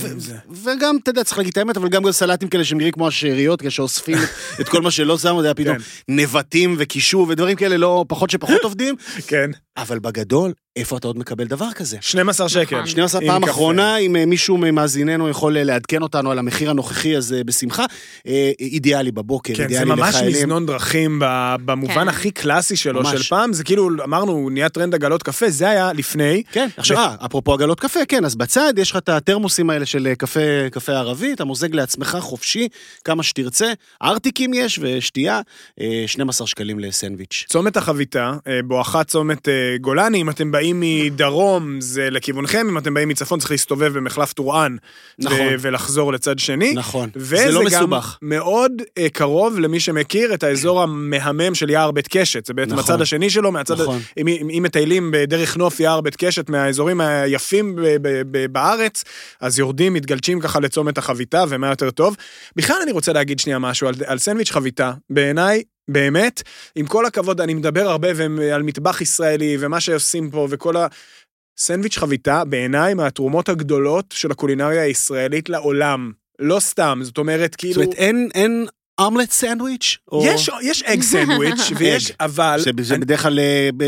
וגם, אתה יודע, צריך להגיד את האמת, אבל גם סלטים כאלה שנראים כמו השאריות, כשאוספים את כל מה שלא שמו, זה היה פתאום נבטים וקישור ודברים כאלה, לא פחות שפחות עובדים. כן. אבל בגדול, איפה אתה עוד מקבל דבר כזה? 12 שקל. 12 פעם אחרונה, אם מישהו ממאזיננו יכול לעדכן אותנו על המחיר הנוכחי הזה בשמחה, אידיאלי בבוקר, כן, אידיאלי לחיילים. זה ממש לחיילים. מזנון דרכים במובן הכי קלאסי שלו, של פעם, זה כאילו, אמרנו, נהיה טרנד עגלות קפה, זה היה לפני. כן, עכשיו, אפרופו עגלות קפה, כן, אז בצד יש לך את הטרמוסים האלה של קפה ערבי, אתה מוזג לעצמך חופשי, כמה שתרצה, ארטיקים יש ושתייה, 12 שקלים לסנדוויץ'. צומת החביתה, בואכה צומת גולני, אם אתם באים מדרום, זה לכיוונכם, אם אתם באים מצפון, צריך להסתובב במחלף טורען, נכון. ולחזור לצד שני. נכון. זה לא גם מסובך. מאוד קרוב למי שמכיר את האזור המהמם של יער בית קשת, זה בעצם נכון. הצד השני שלו, מהצד, נכון. אם מטיילים בדרך נוף יער בית קשת, מהאזורים היפים בארץ, אז יורדים, מתגלשים ככה לצומת החביתה, ומה יותר טוב. בכלל אני רוצה להגיד שנייה משהו על סנדוויץ' חביתה, בעיניי, באמת, עם כל הכבוד, אני מדבר הרבה על מטבח ישראלי, ומה שעושים פה, וכל הסנדוויץ' חביתה, בעיניי, מהתרומות הגדולות של הקולינריה הישראלית לעולם. לא סתם, זאת אומרת, כאילו... זאת אומרת, אין אמלט סנדוויץ'? יש אג סנדוויץ', ויש, אבל... זה בדרך כלל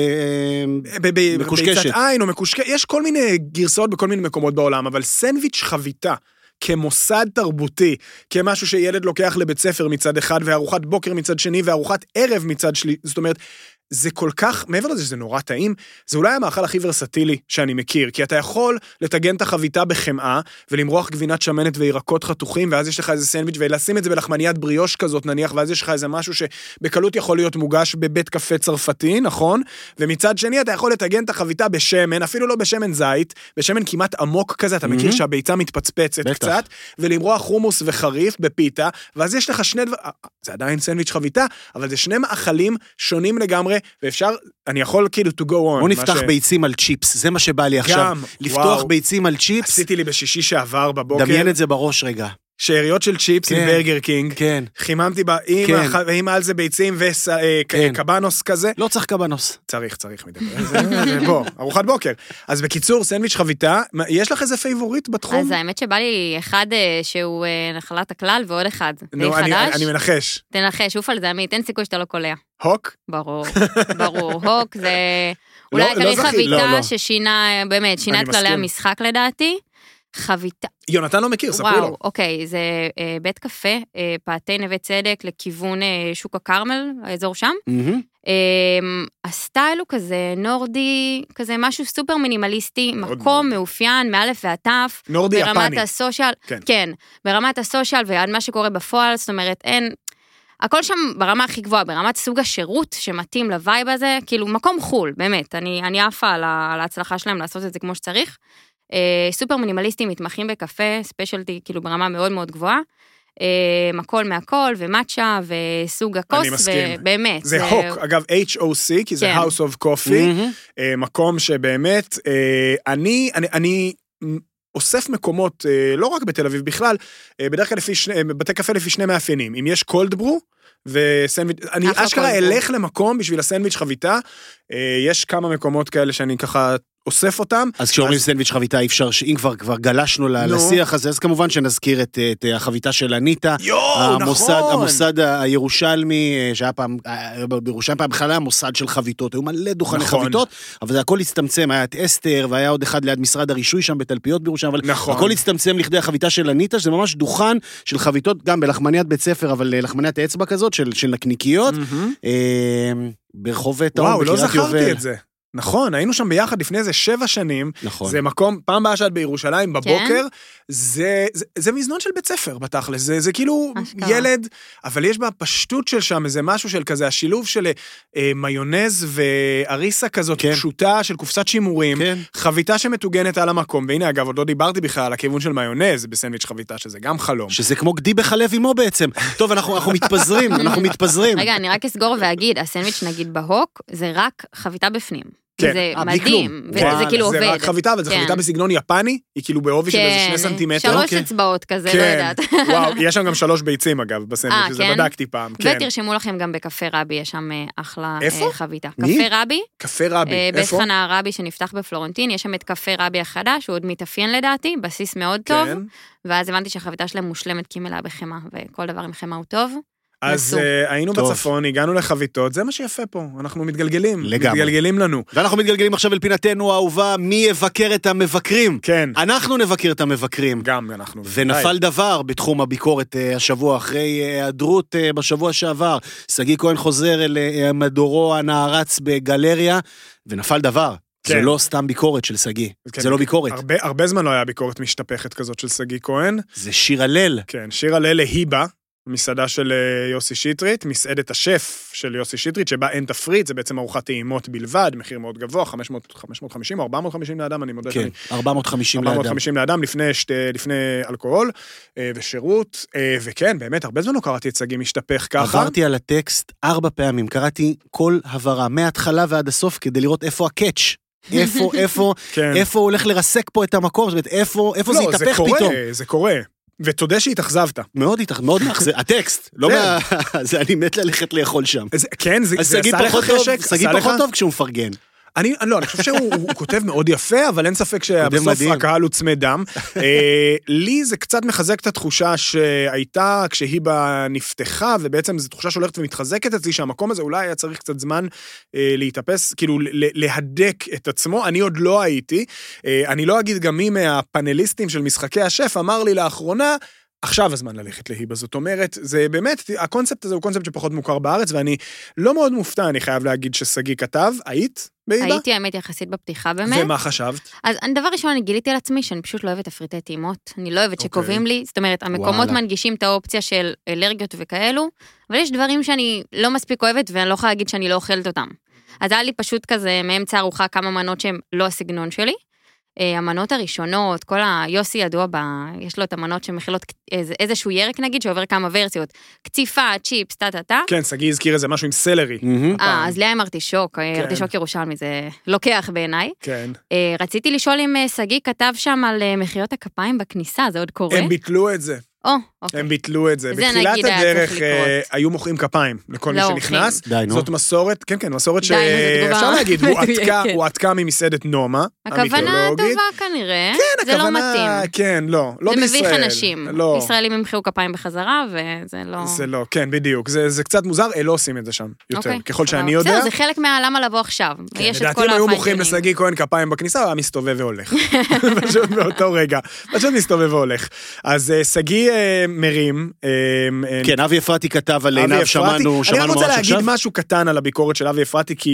מקושקשת. ביצת עין או מקושקשת, יש כל מיני גרסאות בכל מיני מקומות בעולם, אבל סנדוויץ' חביתה, כמוסד תרבותי, כמשהו שילד לוקח לבית ספר מצד אחד, וארוחת בוקר מצד שני, וארוחת ערב מצד שלי, זאת אומרת, זה כל כך, מעבר לזה שזה נורא טעים, זה אולי המאכל הכי ורסטילי שאני מכיר, כי אתה יכול לטגן את החביתה בחמאה, ולמרוח גבינת שמנת וירקות חתוכים, ואז יש לך איזה סנדוויץ' ולשים את זה בלחמניית בריאוש כזאת נניח, ואז יש לך איזה משהו שבקלות יכול להיות מוגש בבית קפה צרפתי, נכון? ומצד שני אתה יכול לטגן את החביתה בשמן, אפילו לא בשמן זית, בשמן כמעט עמוק כזה, אתה מכיר שהביצה מתפצפצת קצת, ולמרוח חומוס וחריף בפיתה, ואז יש לך שני זה עדיין סנדוויץ' חביתה, אבל זה שני מאכלים שונים לגמרי, ואפשר, אני יכול כאילו to go on. בוא נפתח ביצים על צ'יפס, זה מה שבא לי עכשיו. לפתוח ביצים על צ'יפס. עשיתי לי בשישי שעבר בבוקר. דמיין את זה בראש רגע. שאריות של צ'יפס עם ברגר קינג. כן. חיממתי בה, עם על זה ביצים וקבנוס כזה. לא צריך קבנוס. צריך מדי. בוא, ארוחת בוקר. אז בקיצור, סנדוויץ' חביתה, יש לך איזה פייבוריט בתחום? אז האמת שבא לי אחד שהוא נחלת הכלל ועוד אחד. נו, אני מנחש. תנחש, שוף על זה עמית, אין סיכוי שאתה לא קולע. הוק? ברור. הוק זה אולי כרי חביתה ששינה, באמת, שינה את כללי המשחק לדעתי. חביתה. יונתן לא מכיר, ספרי לו. וואו, אוקיי, זה בית קפה, פאתי נווה צדק לכיוון שוק הכרמל, האזור שם. הסטייל הוא כזה נורדי, כזה משהו סופר מינימליסטי, מקום מאופיין, מאלף ועטף. נורדי יפני. ברמת הסושיאל, כן, ברמת הסושיאל ועד מה שקורה בפועל, זאת אומרת, אין... הכל שם ברמה הכי גבוהה, ברמת סוג השירות שמתאים לווייב הזה, כאילו מקום חול, באמת, אני עפה על ההצלחה שלהם לעשות את זה כמו שצריך. סופר מינימליסטים מתמחים בקפה, ספיישלטי כאילו ברמה מאוד מאוד גבוהה, הכל מהכל ומאצ'ה וסוג הכוס, אני מסכים. ובאמת. זה הוק, אגב HOC, כי זה House of Coffee, מקום שבאמת, אני אוסף מקומות, לא רק בתל אביב בכלל, בדרך כלל בתי קפה לפי שני מאפיינים. אם יש קולד ברו, וסנדוויץ', אני אשכרה אלך למקום בשביל הסנדוויץ' חביתה, יש כמה מקומות כאלה שאני ככה אוסף אותם. אז כשאומרים סנדוויץ' חביתה, אפשר שאם כבר גלשנו לשיח הזה, אז כמובן שנזכיר את החביתה של אניטה, המוסד הירושלמי, שהיה פעם, בירושלים פעם בכלל היה מוסד של חביתות, היו מלא דוכני חביתות, אבל זה הכל הצטמצם, היה את אסתר, והיה עוד אחד ליד משרד הרישוי שם בתלפיות בירושלים, אבל הכל הצטמצם לכדי החביתה של אניטה, שזה ממש דוכן של חביתות, גם בלחמניית בית ספר, אבל לחמניית האצבע כזאת, של נקניקיות, ברחוב טאון, וואו, לא זכרתי את זה. נכון, היינו שם ביחד לפני איזה 7 שנים, נכון. זה מקום, פעם באה שאת בירושלים בבוקר, זה מזנון של בית ספר בתכלס, זה כאילו ילד, אבל יש בה פשטות של שם, איזה משהו של כזה, השילוב של מיונז ואריסה כזאת פשוטה של קופסת שימורים, חביתה שמתוגנת על המקום, והנה אגב, עוד לא דיברתי בכלל על הכיוון של מיונז בסנדוויץ' חביתה, שזה גם חלום. שזה כמו גדי בחלב עמו בעצם. טוב, אנחנו מתפזרים, רגע, אני רק אסגור ואגיד, הסנדוויץ' נגיד בהוק, זה רק חביתה בפנים. זה מדהים, וזה כאילו עובד. זה רק חביתה, אבל זה חביתה בסגנון יפני, היא כאילו בעובי של איזה 2 סנטימטר. 3 אצבעות כזה, לא יודעת. וואו, יש שם גם 3 ביצים אגב, בסנדוויץ', שזה בדקתי פעם. ותרשמו לכם גם בקפה רבי, יש שם אחלה חביתה. מי? קפה רבי. קפה רבי, איפה? בית חנה הרבי שנפתח בפלורנטין, יש שם את קפה רבי החדש, הוא עוד מתאפיין לדעתי, בסיס מאוד טוב, ואז הבנתי שהחביתה שלהם מושלמת כי מלאה בחמה, וכל דבר עם חמה הוא טוב. אז היינו בצפון, הגענו לחביתות, זה מה שיפה פה, אנחנו מתגלגלים לנו. ואנחנו מתגלגלים עכשיו אל פינתנו האהובה, מי יבקר את המבקרים? כן. אנחנו נבקר את המבקרים. גם אנחנו. ונפל דבר בתחום הביקורת השבוע, אחרי היעדרות בשבוע שעבר, שגיא כהן חוזר אל מדורו הנערץ בגלריה, ונפל דבר. זה לא סתם ביקורת של שגיא, זה לא ביקורת. הרבה זמן לא היה ביקורת משתפכת כזאת של שגיא כהן. זה שיר הלל. כן, שיר הלל להיבה. מסעדה של יוסי שטרית, מסעדת השף של יוסי שטרית, שבה אין תפריט, זה בעצם ארוחת טעימות בלבד, מחיר מאוד גבוה, 550 או 450 לאדם, אני מודה כן, 450 לאדם, לפני אלכוהול ושירות, וכן, באמת, הרבה זמן לא קראתי את שגיא משתפך ככה. עברתי על הטקסט 4 פעמים, קראתי כל הברה, מההתחלה ועד הסוף, כדי לראות איפה הקאץ'. איפה הוא הולך לרסק פה את המקום, זאת אומרת, איפה זה יתהפך פתאום. זה קורה. ותודה שהתאכזבת. מאוד מאכזב. הטקסט, לא זה אני מת ללכת לאכול שם. כן, זה עשה לך חשק. שגיא פחות טוב כשהוא מפרגן. אני חושב שהוא כותב מאוד יפה, אבל אין ספק שבסוף הקהל הוא צמא דם. לי זה קצת מחזק את התחושה שהייתה כשהיבה נפתחה, ובעצם זו תחושה שהולכת ומתחזקת אצלי, שהמקום הזה אולי היה צריך קצת זמן להתאפס, כאילו להדק את עצמו. אני עוד לא הייתי. אני לא אגיד גם מי מהפאנליסטים של משחקי השף, אמר לי לאחרונה, עכשיו הזמן ללכת להיבה, זאת אומרת, זה באמת, הקונספט הזה הוא קונספט שפחות מוכר בארץ, ואני לא מאוד מופתע, אני חייב להגיד ששגיא כתב, היית בהיבה? הייתי האמת יחסית בפתיחה באמת. ומה חשבת? אז דבר ראשון, אני גיליתי על עצמי שאני פשוט לא אוהבת תפריטי טעימות, אני לא אוהבת שקובעים לי, זאת אומרת, המקומות מנגישים את האופציה של אלרגיות וכאלו, אבל יש דברים שאני לא מספיק אוהבת, ואני לא יכולה להגיד שאני לא אוכלת אותם. אז היה לי פשוט כזה, מאמצע ארוחה כמה מנות שהן לא הסגנון שלי, המנות הראשונות, כל היוסי ידוע יש לו את המנות שמכילות איזשהו ירק נגיד, שעובר כמה ורסיות, קציפה, צ'יפס, טה. כן, שגיא הזכיר איזה משהו עם סלרי. אז לי היה ארטישוק ירושלמי, זה לוקח בעיניי. כן. רציתי לשאול אם שגיא כתב שם על מחיאות הכפיים בכניסה, זה עוד קורה? הם ביטלו את זה. הם ביטלו את זה. בתחילת הדרך היו מוחאים כפיים לכל מי שנכנס. זאת מסורת, כן, מסורת שאפשר להגיד, הוא עתקה ממסעדת נומה. הכוונה טובה כנראה. זה לא מתאים. כן, לא בישראל. זה מביך אנשים. ישראלים ימחאו כפיים בחזרה, וזה לא... זה לא, כן, בדיוק. זה קצת מוזר, לא עושים את זה שם יותר. ככל שאני יודע. זה חלק מהלמה לבוא עכשיו. לדעתי הם היו מוחאים לשגיא כהן כפיים בכניסה, הוא היה מסתובב והולך. פשוט באותו רגע. פשוט מסתובב והולך. אז שגיא מרים. כן, אבי אפרתי כתב על עיניו, שמענו אני רוצה להגיד משהו קטן על הביקורת של אבי אפרתי, כי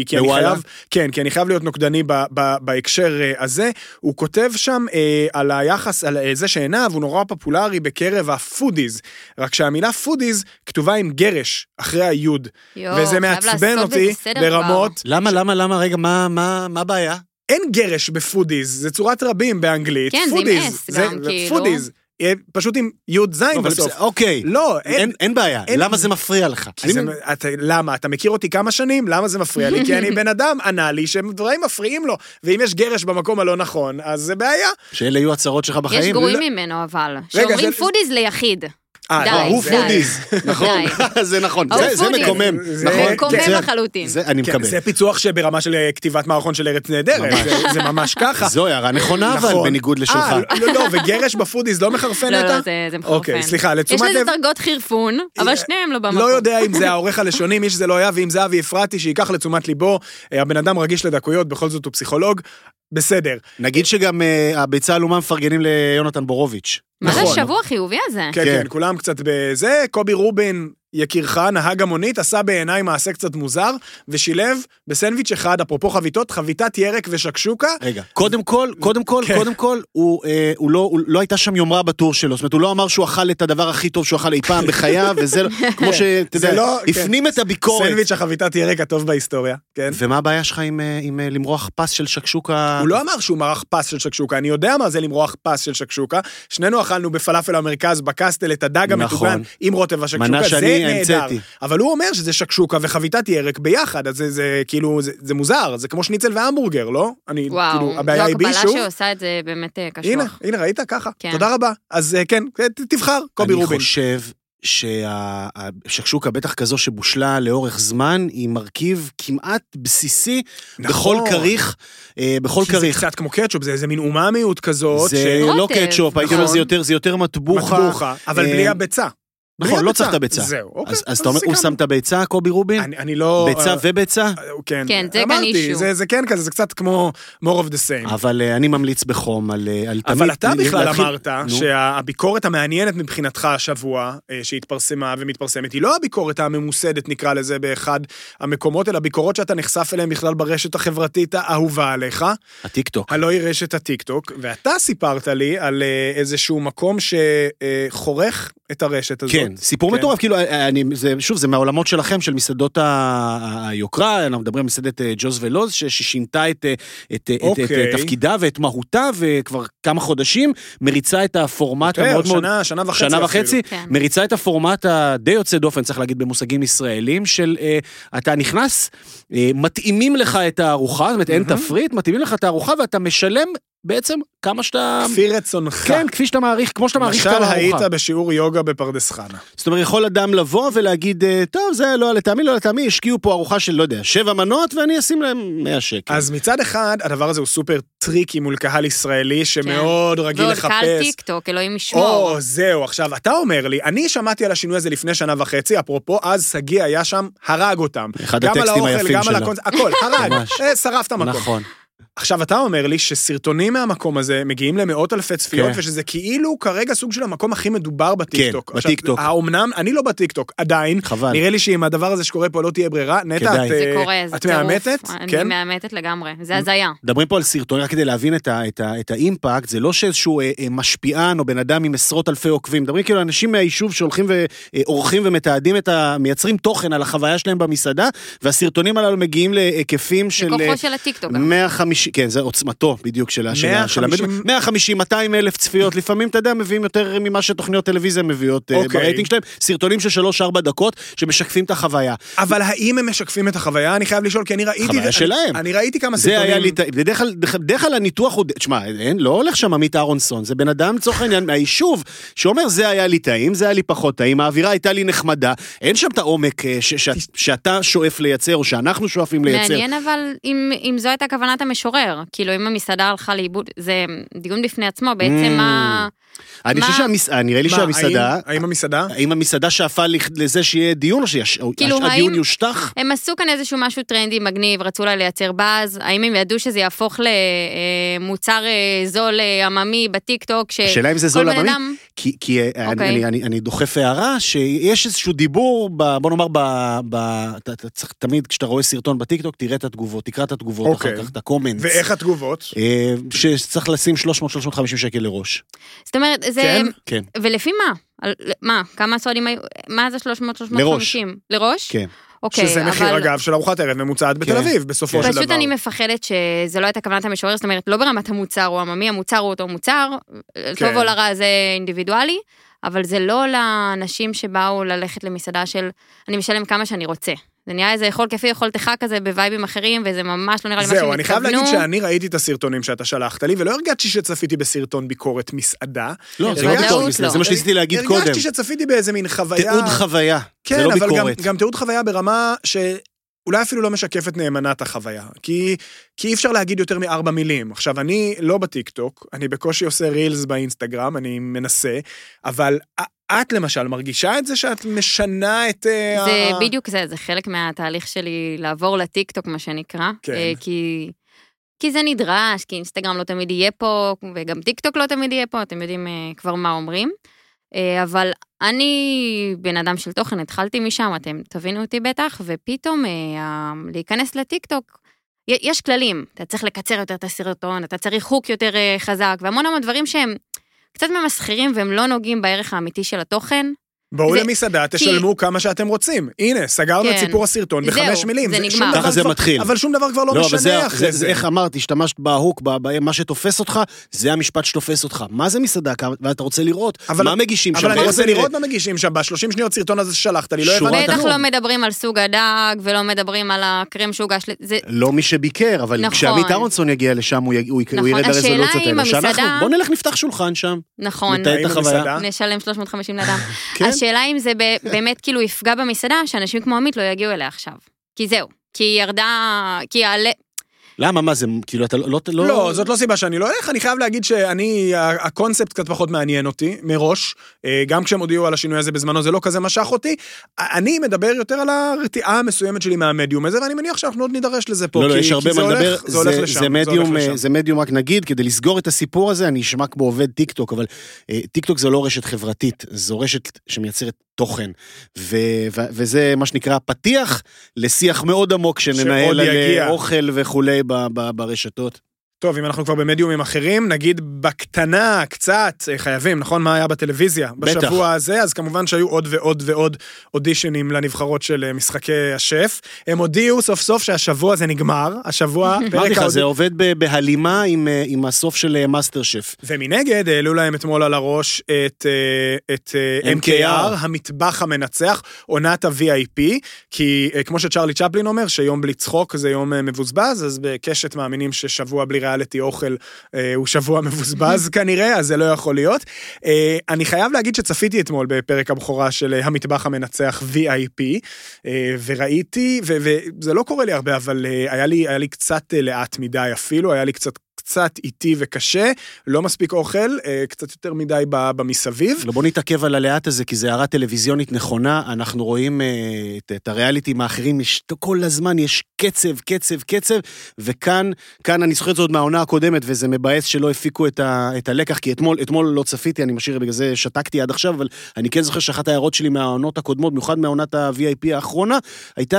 אני חייב להיות נוקדני בהקשר הזה. הוא כותב שם על היחס, על זה שעיניו הוא נורא פופולרי בקרב הפודיז, רק שהמילה פודיז כתובה עם גרש אחרי היוד, וזה מעצבן אותי ברמות. למה, רגע, מה הבעיה? אין גרש בפודיז, זה צורת רבים באנגלית. כן, זה עם אס גם, כאילו. פודיז. פשוט עם יוד זין בסוף. אוקיי, לא, אין בעיה. למה זה מפריע לך? למה? אתה מכיר אותי כמה שנים? למה זה מפריע לי? כי אני בן אדם ענה לי שדברים מפריעים לו, ואם יש גרש במקום הלא נכון, אז זה בעיה. שאלה יהיו הצרות שלך בחיים. יש גרועים ממנו אבל, שאומרים פודיז ליחיד. הוא פודיז, נכון, זה נכון, זה מקומם, נכון, מקומם לחלוטין. אני מקבל. זה פיצוח שברמה של כתיבת מערכון של ארץ נהדרת, זה ממש ככה. זו הערה נכונה, אבל בניגוד לשלך. לא, וגרש בפודיז לא מחרפן אותה? לא, זה מחרפן. אוקיי, סליחה, לתשומת לב. יש לזה דרגות חירפון, אבל שניהם לא במקום. לא יודע אם זה העורך הלשוני, מי שזה לא היה, ואם זה אבי אפרתי, שיקח לתשומת ליבו, הבן אדם רגיש לדקויות, בכל זאת הוא פסיכולוג, בסדר. נגיד שגם הביצה הלאומה מפרגנים ליונתן בורוביץ'. מה זה שבוע חיובי הזה? כן, כולם קצת בזה, קובי רובין יקירך, נהג המונית, עשה בעיניי מעשה קצת מוזר, ושילב בסנדוויץ' אחד, אפרופו חביתות, חביתת ירק ושקשוקה. רגע, קודם כל, הוא לא הייתה שם יומרה בטור שלו, זאת אומרת, הוא לא אמר שהוא אכל את הדבר הכי טוב שהוא אכל אי פעם בחייו, וזה כמו הפנים את הביקורת. סנדוויץ' החביתת ירק הטוב בהיסטוריה, כן. ומה הבעיה שלך עם למרוח פס של שקשוקה? הוא לא אמר שהוא מרח פס של שקשוקה, אני יודע מה זה למרוח פס של שקשוקה, שנינו אכלנו בפלאפל המרכז, בקסטל את הדג המתוקן עם רוטב השקשוקה, זה נהדר. אבל הוא אומר שזה שקשוקה וחביתת ירק ביחד, אז זה כאילו, זה מוזר, זה כמו שניצל והמבורגר, לא? וואו, זו הקבלה שעושה את זה באמת קשוח. הנה, ראית ככה? תודה רבה. אז כן, תבחר, קובי רובין. אני חושב שהשקשוקה, בטח כזו שבושלה לאורך זמן, היא מרכיב כמעט בסיסי בכל כריך, זה קצת כמו קטשופ, זה מין אוממיות כזאת. זה לא קטשופ, הייתי אומר, זה יותר מטבוחה. אבל בלי הביצה. נכון, לא צריך את הביצה. זהו, אוקיי. אז אתה אומר, הוא שם את הביצה, קובי רובין? אני לא... ביצה וביצה? כן, זה כאן אישו. זה כן כזה, זה קצת כמו more of the same. אבל אני ממליץ בחום על תמיד... אבל אתה בכלל אמרת שהביקורת המעניינת מבחינתך השבוע, שהתפרסמה ומתפרסמת, היא לא הביקורת הממוסדת, נקרא לזה, באחד המקומות, אלא ביקורות שאתה נחשף אליהן בכלל ברשת החברתית האהובה עליך. הטיקטוק. הלא היא רשת הטיקטוק, ואתה סיפרת לי על איזשהו מקום שחורך את הרשת הזאת. כן, סיפור מטורף, כאילו, שוב, זה מהעולמות שלכם, של מסעדות היוקרה, אנחנו מדברים על מסעדת ג'וז ולוז, ששינתה את תפקידה ואת מהותה, וכבר כמה חודשים מריצה את הפורמט המאוד מאוד... שנה וחצי, מריצה את הפורמט הדי יוצא דופן, צריך להגיד במושגים ישראלים, של אתה נכנס, מתאימים לך את הארוחה, זאת אומרת, אין תפריט, מתאימים לך את הארוחה, ואתה משלם בעצם כמה שאתה... כפי רצונך. כן, כפי שאתה מעריך, כמו שאתה מעריך את הארוחה. משל היית בשיעור יוגה בפרדס חנה. זאת אומרת, יכול אדם לבוא ולהגיד, טוב, זה לא לטעמי, השקיעו פה ארוחה של, לא יודע, 7 מנות, ואני אשים להם 100 שקל. אז מצד אחד, הדבר הזה הוא סופר טריקי מול קהל ישראלי, שמאוד רגיל לחפש. ועוד קהל טיקטוק, אלוהים ישמור. זהו, עכשיו, אתה אומר לי, אני שמעתי על השינוי הזה לפני 1.5 שנה, אפרופו, אז סגי היה שם, הרג אותם. אחד הטקסטים היפים שלו. הכל, הרג, שרף את המקום. נכון. עכשיו אתה אומר לי שסרטונים מהמקום הזה מגיעים למאות אלפי צפיות, ושזה כאילו כרגע סוג של המקום הכי מדובר בטיקטוק. כן, בטיקטוק. האומנם, אני לא בטיקטוק, עדיין, נראה לי שאם הדבר הזה שקורה פה לא תהיה ברירה, נטע, את מאמתת? אני מאמתת לגמרי, זה הזיה. מדברים פה על סרטון, רק כדי להבין את האימפקט, זה לא שאיזשהו משפיען או בן אדם עם עשרות אלפי עוקבים, מדברים כאילו אנשים מהיישוב שהולכים ועורכים ומתעדים מייצרים תוכן על החוויה שלהם במסעדה, והסרטונים הללו מגיעים להיקפים של 150, כן, זה עוצמתו בדיוק של 150-200 אלף צפיות, לפעמים, אתה יודע, מביאים יותר ממה שתוכניות טלוויזיה מביאות ברייטינג שלהם, סרטונים של 3-4 דקות שמשקפים את החוויה. אבל האם הם משקפים את החוויה? אני חייב לשאול, כי אני ראיתי כמה סרטונים. בדרך כלל הניתוח הוא, תשמע, לא הולך שם עמית אהרונסון, זה בן אדם צורך העניין מהיישוב, שאומר, זה היה לי טעים, זה היה לי פחות טעים, האווירה הייתה לי נחמדה, אין שם את העומק שאתה שואף לייצר, או שאנחנו שואפים לייצר. מעניין, אבל אם זו הייתה כוונת המשורר, כאילו אם המסעדה הלכה לאיבוד, זה דיון בפני עצמו, בעצם מה... אני חושב נראה לי שהמסעדה... האם המסעדה שאפה לזה שיהיה דיון, או שהדיון יושטח? הם עשו כאן איזשהו משהו טרנדי מגניב, רצו לה לייצר באז, האם הם ידעו שזה יהפוך למוצר זול עממי בטיקטוק, השאלה אם זה זול עממי? כי אני דוחף הערה, שיש איזשהו דיבור, בוא נאמר, תמיד כשאתה רואה סרטון בטיקטוק, תראה את התגובות, תקרא את התגובות, אחר כך את הקומנטס. ואיך התגובות? שצריך לשים 300-350 שקל לראש. זאת אומרת, זה... כן. ולפי מה? מה? כמה סועדים היו? מה זה 300-350? לראש? כן. אוקיי, שזה מחיר, אגב, של ארוחת ערב ממוצעת בתל אביב, בסופו של דבר. פשוט אני מפחדת שזה לא הייתה כוונת המשורר, זאת אומרת, לא ברמת המוצר או הממי, המוצר הוא אותו מוצר, טוב או לרע זה אינדיבידואלי, אבל זה לא לאנשים שבאו ללכת למסעדה של, אני משלם כמה שאני רוצה. זה נראה איזה יכול כפי יכולתך כזה בווייבים אחרים, וזה ממש לא נראה לי מה שהם התכוונו. זהו, אני חייב להגיד שאני ראיתי את הסרטונים שאתה שלחת לי, ולא הרגשתי שצפיתי בסרטון ביקורת מסעדה. לא, זה לא ביקורת מסעדה, זה מה שניסיתי להגיד קודם. הרגשתי שצפיתי באיזה מין חוויה. תיעוד חוויה, זה לא ביקורת. כן, אבל גם תיעוד חוויה ברמה שאולי אפילו לא משקפת נאמנת החוויה, כי אי אפשר להגיד יותר מ4 מילים. עכשיו, אני לא בטיקטוק, אני בקושי עושה רילס באינסטגרם, אני מנסה, אבל את למשל מרגישה את זה שאת משנה את... זה בדיוק זה חלק מהתהליך שלי לעבור לטיקטוק, מה שנקרא, כי זה נדרש, כי אינסטגרם לא תמיד יהיה פה, וגם טיקטוק לא תמיד יהיה פה, אתם יודעים כבר מה אומרים, אבל אני בן אדם של תוכן, התחלתי משם, אתם תבינו אותי בטח, ופתאום להיכנס לטיקטוק, יש כללים, אתה צריך לקצר יותר את הסרטון, אתה צריך חוק יותר חזק, והמון דברים שהם קצת ממסחרים והם לא נוגעים בערך האמיתי של התוכן. בואו למסעדה, תשלמו כמה שאתם רוצים. הנה, סגרנו את סיפור הסרטון ב5 מילים. זה נגמר. ככה זה מתחיל. אבל שום דבר כבר לא משנה אחרי זה. איך אמרת, השתמשת בהוק, מה שתופס אותך, זה המשפט שתופס אותך. מה זה מסעדה? ואתה רוצה לראות? מה מגישים שם? אבל אני רוצה לראות מה מגישים שם. ב30 שניות סרטון הזה ששלחת לי, לא הבנתי. בטח לא מדברים על סוג הדג, ולא מדברים על הקרם שהוגש. לא מי שביקר, אבל כשעמית אהרונסון יגיע לשם, הוא ירד לרזולוציות האלה. בוא נלך נפתח שולחן שם. נכון. נשלם 350 לאדם. השאלה אם זה באמת כאילו יפגע במסעדה, שאנשים כמו עמית לא יגיעו אליה עכשיו. כי זהו, כי היא ירדה, כי יעלה... למה? מה זה? כאילו אתה לא... לא, זאת לא סיבה שאני לא הולך, אני חייב להגיד הקונספט קצת פחות מעניין אותי, מראש, גם כשהם הודיעו על השינוי הזה בזמנו, זה לא כזה משך אותי, אני מדבר יותר על הרתיעה המסוימת שלי מהמדיום הזה, ואני מניח שאנחנו עוד נידרש לזה פה, לא, יש הרבה מה לדבר, זה הולך לשם. זה מדיום רק נגיד, כדי לסגור את הסיפור הזה, אני אשמע כמו עובד טיקטוק, אבל טיקטוק זה לא רשת חברתית, זו רשת שמייצרת תוכן, וזה מה שנקרא פתיח לשיח מאוד עמוק שננהל על אוכל וכולי ברשתות. טוב, אם אנחנו כבר במדיומים אחרים, נגיד בקטנה קצת, חייבים, נכון? מה היה בטלוויזיה? בטח. בשבוע הזה, אז כמובן שהיו עוד ועוד ועוד אודישנים לנבחרות של משחקי השף. הם הודיעו סוף סוף שהשבוע זה נגמר, השבוע... אמרתי לך, זה עובד בהלימה עם הסוף של מאסטר שף. ומנגד, העלו להם אתמול על הראש את MKR, המטבח המנצח, עונת ה-VIP, כי כמו שצ'רלי צ'פלין אומר, שיום בלי צחוק זה יום מבוזבז, אז בקשת מאמינים ששבוע בלי ריאליטי אוכל הוא שבוע מבוזבז כנראה, אז זה לא יכול להיות. אני חייב להגיד שצפיתי אתמול בפרק הבכורה של המטבח המנצח VIP, וראיתי, וזה לא קורה לי הרבה, אבל היה לי קצת לאט מדי אפילו, היה לי קצת איטי וקשה, לא מספיק אוכל, קצת יותר מדי במסביב. לא, בוא נתעכב על הלאט הזה, כי זה הערה טלוויזיונית נכונה, אנחנו רואים את הריאליטים האחרים, כל הזמן יש קצב, וכאן אני זוכר את זה עוד מהעונה הקודמת, וזה מבאס שלא הפיקו את הלקח, כי אתמול לא צפיתי, אני משאיר בגלל זה שתקתי עד עכשיו, אבל אני כן זוכר שאחת ההערות שלי מהעונות הקודמות, במיוחד מהעונת ה-VIP האחרונה, הייתה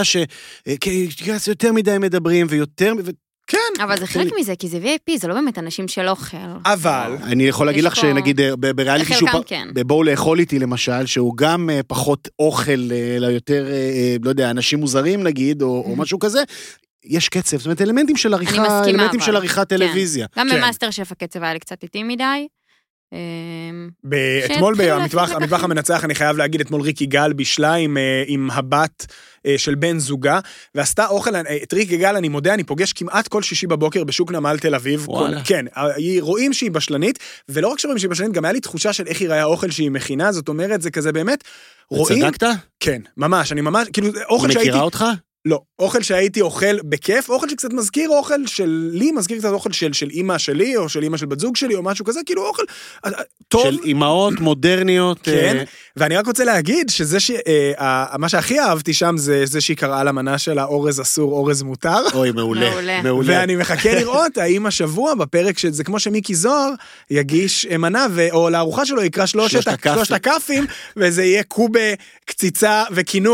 שיותר מדי מדברים, ויותר... כן. אבל זה חלק מזה, כי זה VIP, זה לא באמת אנשים של אוכל. אבל... אני יכול להגיד לך שנגיד, בריאליטי שהוא... בואו לאכול איתי למשל, שהוא גם פחות אוכל, אלא יותר, לא יודע, אנשים מוזרים נגיד, או משהו כזה, יש קצב, זאת אומרת, אלמנטים של עריכת טלוויזיה. גם במאסטר שף הקצב היה לי קצת איטי מדי. אתמול במטבח המנצח, אני חייב להגיד, אתמול ריקי גל בישלה עם הבת של בן זוגה, ועשתה אוכל, את ריקי גל אני מודה, אני פוגש כמעט כל שישי בבוקר בשוק נמל תל אביב, כן, רואים שהיא בשלנית, ולא רק שרואים שהיא בשלנית, גם היה לי תחושה של איך היא ראה אוכל שהיא מכינה, זאת אומרת, זה כזה באמת, רואים... צדקת? כן, ממש, אני ממש, כאילו, אוכל שהייתי... מכירה אותך? לא, אוכל שהייתי אוכל בכיף, אוכל שקצת מזכיר אוכל שלי, מזכיר קצת אוכל של אמא שלי, או של אמא של בת זוג שלי, או משהו כזה, כאילו אוכל טוב. של אמהות מודרניות. כן, ואני רק רוצה להגיד שזה מה שהכי אהבתי שם, זה שהיא קראה למנה של האורז אסור, אורז מותר. אוי, מעולה. ואני מחכה לראות, האם השבוע בפרק שזה כמו שמיקי זוהר יגיש מנה, או לארוחה שלו יקרא שלושת הקפים, וזה יהיה קובה, קציצה וקינוח.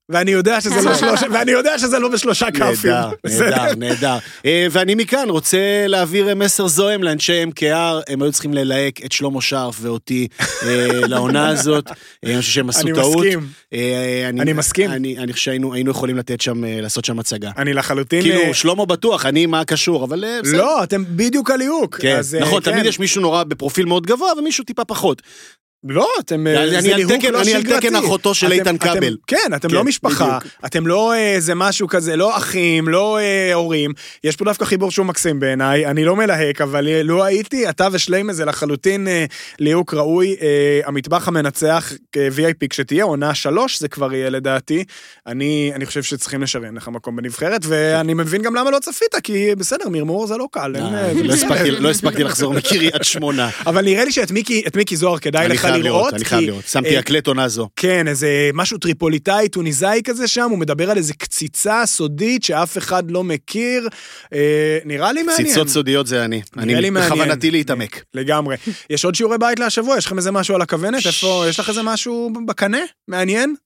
ואני יודע שזה לא בשלושה קאפים. נהדר. ואני מכאן רוצה להעביר מסר זוהם לאנשי MKR, הם היו צריכים ללהק את שלמה שרף ואותי לעונה הזאת, אני חושב שהם עשו טעות. אני מסכים. אני חושב שהיינו יכולים לעשות שם הצגה. אני לחלוטין... כאילו, שלמה בטוח, אני מה קשור, אבל... לא, אתם בדיוק על ליהוק. נכון, תמיד יש מישהו נורא בפרופיל מאוד גבוה, ומישהו טיפה פחות. לא, אתם... אני על תקן אחותו של איתן כבל. כן, אתם לא משפחה, אתם לא איזה משהו כזה, לא אחים, לא הורים. יש פה דווקא חיבור שהוא מקסים בעיניי, אני לא מלהק, אבל לא הייתי, אתה ושליימה זה לחלוטין ליהוק ראוי, המטבח המנצח VIP כשתהיה, עונה 3, זה כבר יהיה לדעתי. אני חושב שצריכים לשרן לך מקום בנבחרת, ואני מבין גם למה לא צפית, כי בסדר, מרמור זה לא קל. לא הספקתי לחזור מקריית שמונה. אבל נראה לי שאת מיקי זוהר כדאי לך לראות. אני חייב לראות, שמתי הקלט עונה זו. כן, איזה משהו טריפוליטאי, טוניזאי כזה שם, הוא מדבר על איזה קציצה סודית שאף אחד לא מכיר, נראה לי מעניין. קציצות סודיות זה אני בכוונתי להתעמק. לגמרי. יש עוד שיעורי בית להשבוע? יש לכם איזה משהו על הכוונת? איפה, יש לך איזה משהו בקנה? מעניין?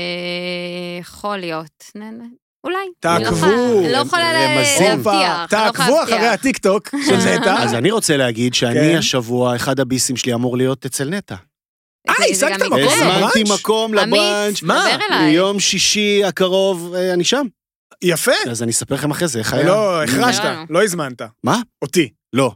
יכול להיות, אולי. תעקבו. לא יכולה להבטיח. תעקבו אחרי הטיקטוק של נטע. אז אני רוצה להגיד שאני השבוע, אחד הביסים שלי אמור להיות אצל נטע. השגת מקום לבראנץ'? הזמנתי מקום לבראנץ'. דבר אליי. יום שישי הקרוב, אני שם. יפה. אז אני אספר לכם אחרי זה, איך היה? לא, החרשת, לא הזמנת. מה? אותי.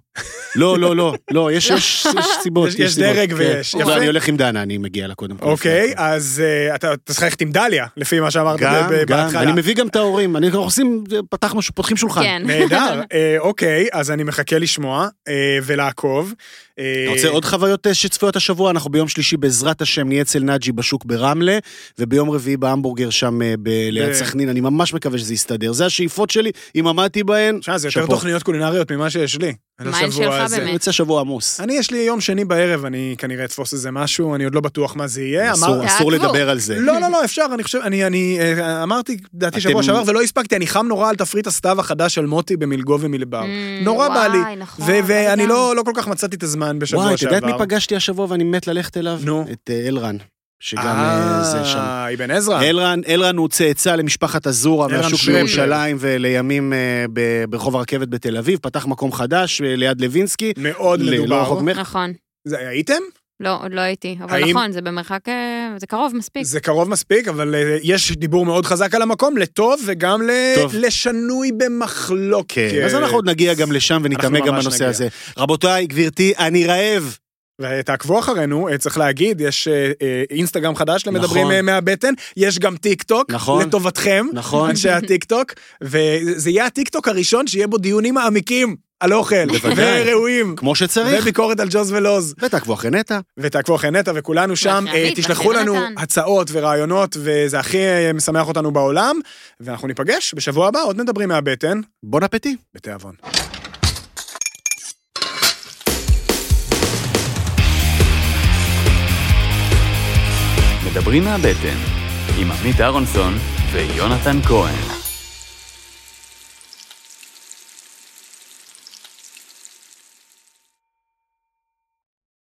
לא, יש סיבות. יש דרג ויש. יפה. אני הולך עם דנה, אני מגיע לה קודם. אוקיי, אז אתה צריך ללכת עם דליה, לפי מה שאמרת בהתחלה. אני מביא גם את ההורים, פותחים שולחן. נהדר, אוקיי, אז אני מחכה לשמוע ולעקוב. אתה רוצה עוד חוויות שצפויות השבוע? אנחנו ביום שלישי בעזרת השם נהיה אצל נאג'י בשוק ברמלה, וביום רביעי בהמבורגר שם ליד סכנין, אני ממש מקווה שזה יסתדר. זה השאיפות שלי, אם עמדתי בהן. זה יותר תוכניות קולינריות ממה שיש לי. מה אין שלך באמת? יוצא שבוע עמוס. יש לי יום שני בערב, אני כנראה אתפוס איזה משהו, אני עוד לא בטוח מה זה יהיה. אסור לדבר על זה. לא, אפשר, אני חושב, אני אמרתי, דעתי שבוע שעבר, ולא הספקתי, אני חם נורא על תפריט הסתיו החדש של מוטי במלגו ומלבר. נורא בא לי. ואני לא כל כך מצאתי את הזמן בשבוע שעבר. וואי, אתה יודע מי פגשתי השבוע ואני מת ללכת אליו? את אלרן. שגם זה שם. אבן עזרא. אלרן הוא צאצא למשפחת אזורה מהשוק בירושלים ולימים ברחוב הרכבת בתל אביב, פתח מקום חדש ליד לוינסקי. מאוד מדובר. נכון. הייתם? לא, עוד לא הייתי, אבל נכון, זה במרחק, זה קרוב מספיק. זה קרוב מספיק, אבל יש דיבור מאוד חזק על המקום, לטוב וגם לשנוי במחלוקת. אז אנחנו עוד נגיע גם לשם ונתעמק גם בנושא הזה. רבותיי, גברתי, אני רעב. ותעקבו אחרינו, צריך להגיד, יש אינסטגרם חדש למדברים מהבטן, יש גם טיק טוק, לטובתכם, אנשי הטיק טוק, וזה יהיה הטיק טוק הראשון שיהיה בו דיונים מעמיקים על אוכל, וראויים, כמו שצריך, וביקורת על ג'וז ולוז. ותעקבו אחרי נטע, וכולנו שם, תשלחו לנו הצעות ורעיונות, וזה הכי משמח אותנו בעולם, ואנחנו ניפגש בשבוע הבא, עוד מדברים מהבטן. בון אפטי. בתיאבון. מדברים מהבטן, עם עמית אהרונסון ויונתן כהן.